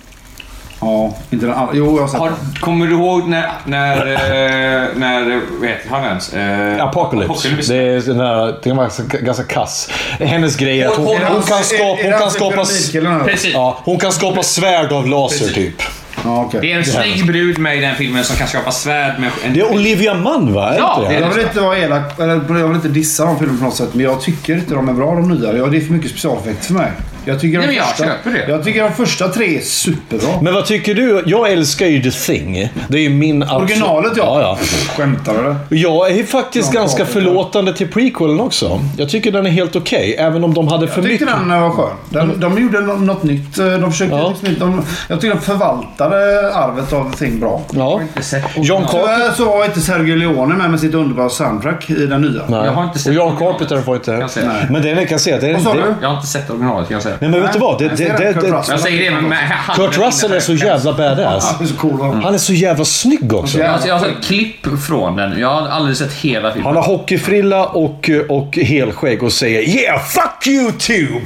Ja, inte den. Jo, jag har sett. Har, kommer du ihåg när när eh, när vad heter han ens? Eh, Apocalypse. Apocalypse. Det är den där, det var ganska kass. Hennes grej är att hon, hon, hon kan skapa hon kan skapa precis. Ja, hon kan skapa svärd av laser precis. Typ. Ja, okay. Det är en snygg brud med i den filmen som kan skapa svärd med en... Det är Olivia Munn, va? Ja, det det jag vill inte vara elak, eller jag vill inte dissa de filmerna på något sätt, men jag tycker inte de är bra, de nya. Ja, det är för mycket specialeffekt för mig. Jag tycker, de Nej, men första, jag köper det. jag tycker de första tre är superbra. Men vad tycker du? Jag älskar ju The Thing. Det är ju min... Originalet, ja. ja, ja. Skämtar du? Jag är faktiskt John ganska Carpenter. förlåtande till prequelen också. Jag tycker den är helt okej. Okay, även om de hade för Jag tyckte mycket... den var skön. De, de gjorde något nytt. De försökte Ja. liksom inte... De, jag tycker de förvaltade arvet av The Thing bra. Ja. John Carpenter... Tyvärr så var inte Sergio Leone med med sitt underbara soundtrack i den nya. Nej. Jag har inte sett och John originalet. Carpenter får inte... Kan jag säga. Men det jag kan säga... Det är, Vad sa det, du? Jag har inte sett originalet, kan jag säga. Nej, men vet du vad? Det, det, det, det, Kurt Jag säger det, men med handen Kurt Russell är så inne. jävla badass. Han är så cool. va? Han är så jävla snygg också. Ja. Alltså, jag har sett klipp från den. Jag har aldrig sett hela filmen. Han har hockeyfrilla och, och helskägg och säger yeah, fuck you too!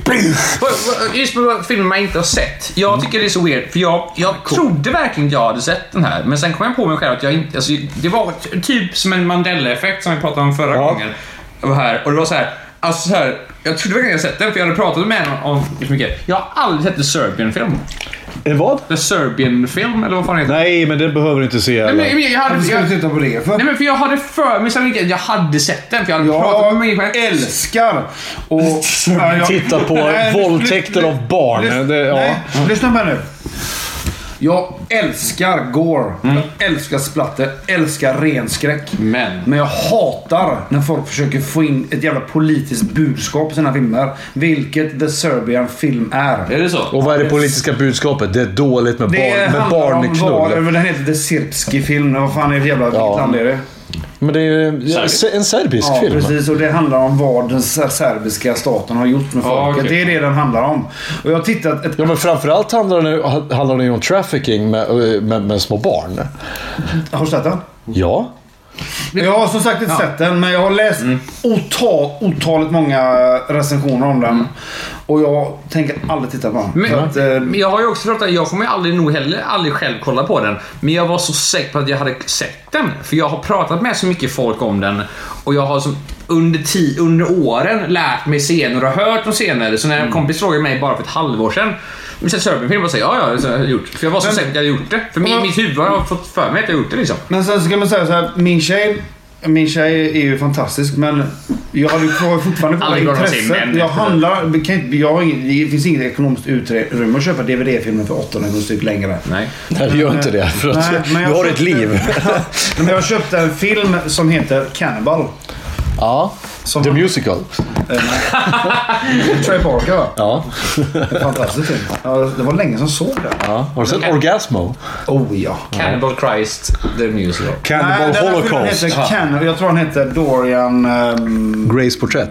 Just på filmer man inte har sett. Jag tycker det är så weird. För jag, jag trodde verkligen jag hade sett den här. Men sen kom jag på mig själv att jag inte... Alltså, det var typ som en Mandela-effekt som vi pratade om förra Ja. gången. Jag var här, och det var så här... Alltså så här, jag trodde verkligen jag hade sett den, för jag hade pratat med en om så mycket. Jag har aldrig sett The Serbian-film. En vad? The Serbian-film, eller vad fan heter det? Nej, men det behöver du inte se. Nej, men, men jag hade... Varför ska du Jag, titta på det för? nej, men för jag hade för mig så mycket att jag hade sett den, för jag hade pratat med Jag mig själv. älskar och... Ja, jag- Titta på Nej, våldtäkter lys- av barn. lys- Det- ja. Nej, lyssna på mig nu. Jag älskar gore. Jag älskar splatter. Älskar renskräck. Men... Men jag hatar när folk försöker få in ett jävla politiskt budskap i sina filmer. Vilket The Serbian film är. Är det så? Och vad är det politiska budskapet? Det är dåligt med, Det barn, med handlar om barnknull. vad, men den heter The Sirpski film. Vad fan är det jävla Ja. land är det? Men det är ju en serbisk Ja, film. precis. Och det handlar om vad den ser- serbiska staten har gjort med Ja, folket. okej. Det är det den handlar om. Och jag har tittat... Ett... Ja, men framförallt handlar det, handlar det ju om trafficking med, med, med små barn. Har du sett den? Ja. Jag har som sagt inte sett den, men jag har läst Mm. otal, otaligt många recensioner om den. Och jag tänker aldrig titta på den. Men, För att, eh, men jag har ju också pratat, jag kommer ju aldrig nog heller aldrig själv kolla på den. Men jag var så säker på att jag hade sett den. För jag har pratat med så mycket folk om den. Och jag har som under, ti, under åren lärt mig scener och hört om scener. Så när en kompis frågade mig bara för ett halvår sedan, men sen Serbian-film och säger ja, ja, så har jag gjort. För jag var så Men- säker att jag hade gjort det. För min, Ja. mitt huvud har fått för mig att jag har gjort det liksom. Men sen ska man säga så här, min tjej... Min tjej är ju fantastisk, men jag hade ju kvar- fortfarande Aldrig kvar glad att säga intresse. men Jag efter handlar... vi kan inte- Jag har ingen, det finns inget ekonomiskt utrymme att köpa D V D-filmer för åttahundra kronor styck längre. Nej. Nej, det gör inte det. För att Nej, men du jag har ett köpte- liv. Men jag köpte en film som heter Cannibal. Ja. Som The Musical. Trey Parker, va? Ja. Fantastisk film. Ja, det var länge som såg den. Ja. Har du sett Orgasmo? Oh ja. Cannibal Christ, the musical. Cannibal Nej, den här filmen Holocaust. heter Cannibal. Jag tror han heter Dorian... Um, Grace porträtt.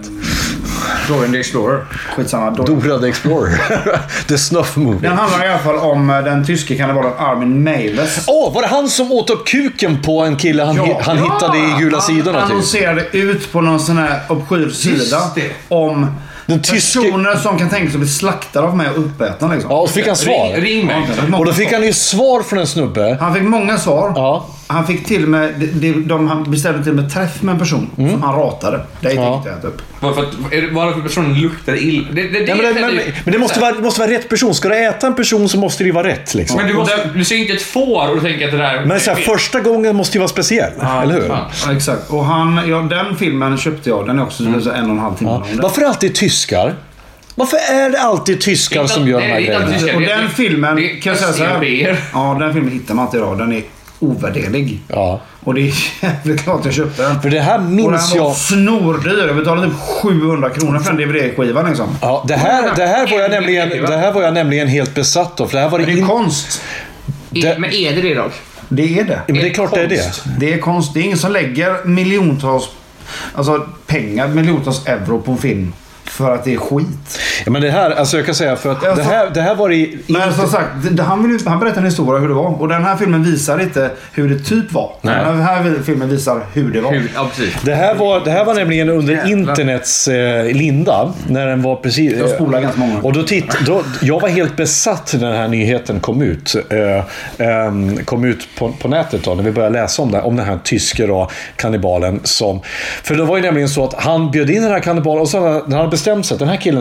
Dorian the Explorer. skitsamma. Dorian. Dora the Explorer. The Snuff Movie. Den handlar i alla fall om eh, den tyske kannibalen Armin Meiwes. Åh, oh, var det han som åt upp kuken på en kille han, Ja. hi- han Ja. hittade i gula sidorna Han typ? annonserade ut på någon sån här obskyr sida det. om Den tyske- personer som kan tänka sig att bli slaktade av mig och uppätna liksom. Ja, och så fick han svar. Ring, ring mig. Och då fick han ju svar från en snubbe. Han fick många svar. Ja. Han fick till och med, de, de, de, han beställde till och med träff med en person som han ratade. Det Ja. tänkte jag upp. Bara för att, är det bara för att personen luktar illa? Det, det, det, Ja, men, det, men, men det måste vara, det måste vara rätt person. Ska du äta en person så måste det ju vara rätt liksom. Men du, måste, du ser inte ett får och tänker att det där... Men så här, första gången måste ju vara speciell, eller hur? fan. Ja, exakt. Och han, ja, den filmen köpte jag. Den är också mm. så en och en halv timme Ja. lång. Varför alltid tyskar? Varför är det alltid tyskar Inte- som gör de nej, här det är inte grejerna? alltid tyskar. Och den filmen, det- kan jag säga så här. östeuropeer. Ja, den filmen hittar man inte idag. Den är ovärderlig. Ja. Och det är jävligt klart jag köpte den. För det här Och minns den var jag... snordyr. Jag betalade typ sjuhundra kronor för en D V D-skiva liksom. Ja, det här, det, här var jag nämligen, det här var jag nämligen helt besatt av. För det här var det Det är in... konst. det- Men är det det då? Det är det. Men det är klart det är det. Det är konst. Det är ingen som lägger miljontals alltså pengar, miljontals euro på en film för att det är skit. Ja, men det här, alltså jag kan säga för att det här, det här var i... Men som sagt, det, han, vill, han berättar en historia hur det var. Och den här filmen visar inte hur det typ var. Nej. Den här filmen visar hur det var. Hur, ja, precis. Det här var, det här var nämligen under Jävlar. internets eh, linda. När den var precis... Jag spolar ganska många. Och då titt, då, jag var helt besatt när den här nyheten kom ut. Eh, eh, kom ut på, på nätet då, när vi började läsa om det. Om den här tyske då, kannibalen som... För det var ju nämligen så att han bjöd in den här kannibalen och så hade han hade bestämt sig att den här killen ska äta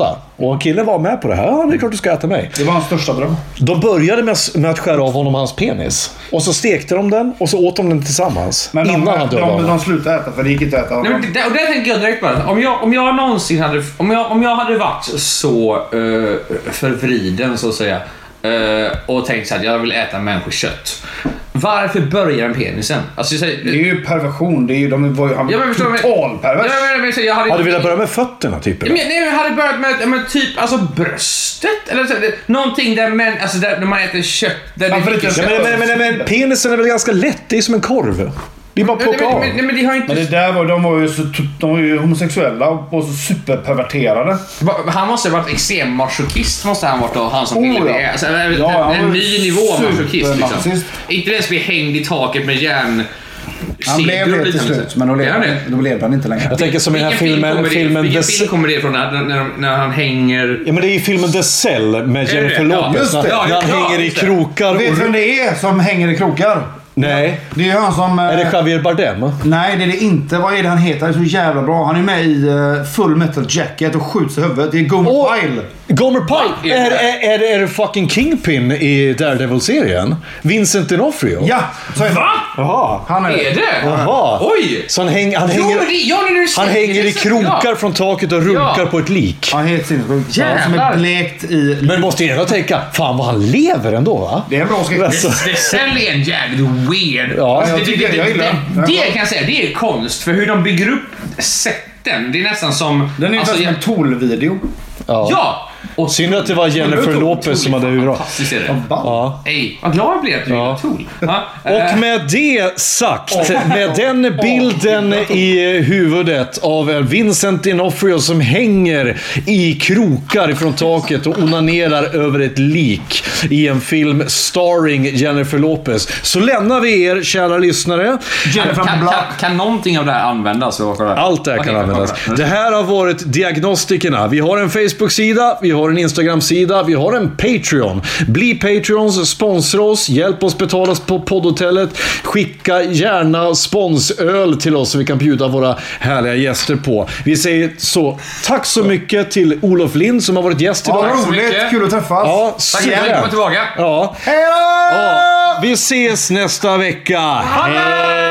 äta. Och killen var med på det här. Ja, det är klart du ska äta mig. Det var hans största dröm. De började med, med att skära av honom hans penis. Och så stekte de den och så åt de den tillsammans. Men de, innan han dödade de, honom. de slutade äta för det gick inte att äta. Nej, men det, och det tänker jag direkt bara. Om jag, om jag någonsin hade... Om jag, om jag hade varit så uh, förvriden så att säga. Uh, och tänkt så att jag vill äta människokött. Varför börjar en penisen? Alltså, så, det är ju perversion. Det är ju, de var ju ja, men förstår, total pervers. Ja, men, men, så jag hade, hade du velat börja med fötterna typ? Ja, men, nej, jag hade börjat med, med typ alltså bröstet eller så, det, någonting där, men, alltså, där när man äter kött där ja, det det ja, men, men, men, men penisen är väl ganska lätt. Det är som en korv. Det är bara att plocka av. Men, men, men, det har inte... men det där var, de var ju så, de var ju homosexuella och så superperverterade. Han måste ha varit extrem masochist, måste han varit då, han som ville oh, ja. det. Alltså, en, ja, en ny nivå masochist liksom. Inte ens bli hängd i taket med järn. Han blev det till slut, men då levde, då levde han inte längre. Jag tänker som i den här filmen... Film filmen vilken The... film kommer det ifrån när, när, när han hänger... Ja, men det är ju filmen The Cell med Jennifer Lopez. Ja, när ja, han ja, hänger i krokar. Vet du vem det är som hänger i krokar? Nej. Det är ju han som... Är det Javier Bardem? Nej, det är det inte. Vad är det han heter? Han är så jävla bra. Han är med i uh, Full Metal Jacket och skjuts i huvudet. Det är Gomer oh, Pyle. Gomer Pyle? Är, är, är, det, är det fucking Kingpin i Daredevil-serien? Vincent D'Onofrio? Ja, så är det. Va? Jaha. Han är, är det? Jaha. Oj! Så han, häng, han jo, hänger, det, ja, det han hänger i krokar ja. från taket och runkar Ja. på ett lik. Han är helt sinnessjuk. Jävlar. Som är blekt i... Men måste ju ändå tänka, fan vad han lever ändå, va? Det är en bra skräck. Alltså. Det säljer en jävligt weird. Ja. Jag det, det, tycker det, jag det, gillar. det, det kan jag säga, det är konst. För hur de bygger upp sätten, det är nästan som... Den är alltså, som en Tool-video. Ja. Ja! Och Synd att det var Jennifer Lopez som hade huvudroll. fantastiskt är det. Ja. Ej, vad glad jag blev att du Ja. gillar Tool. Ja. Och med det sagt, med den bilden i huvudet av Vincent D'Onofrio som hänger i krokar från taket och onanerar över ett lik i en film starring Jennifer Lopez, så lämnar vi er, kära lyssnare. Kan, kan, kan, kan någonting av det här användas? Allt det här kan användas. Det här har varit Diagnostikerna. Vi har en Facebook-sida, vi har en Instagram-sida, vi har en Patreon. Bli Patreons, sponsra oss, hjälp oss betalas på poddhotellet. Skicka gärna sponsöl till oss så vi kan bjuda våra härliga gäster på. Vi säger så, tack så mycket till Olof Lind som har varit gäst idag. Ja, roligt, kul att träffas. Ja, Tack så mycket för att komma tillbaka. Ja. Hej då! Ja, vi ses nästa vecka. Hej!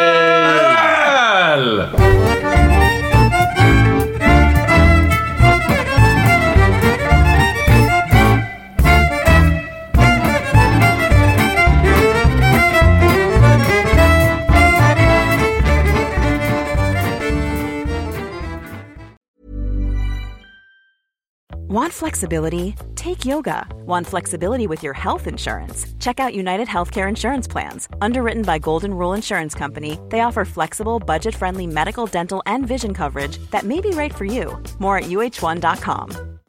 Want flexibility? Take yoga. Want flexibility with your health insurance? Check out United Healthcare Insurance Plans. Underwritten by Golden Rule Insurance Company, they offer flexible, budget-friendly medical, dental, and vision coverage that may be right for you. More at U H one dot com.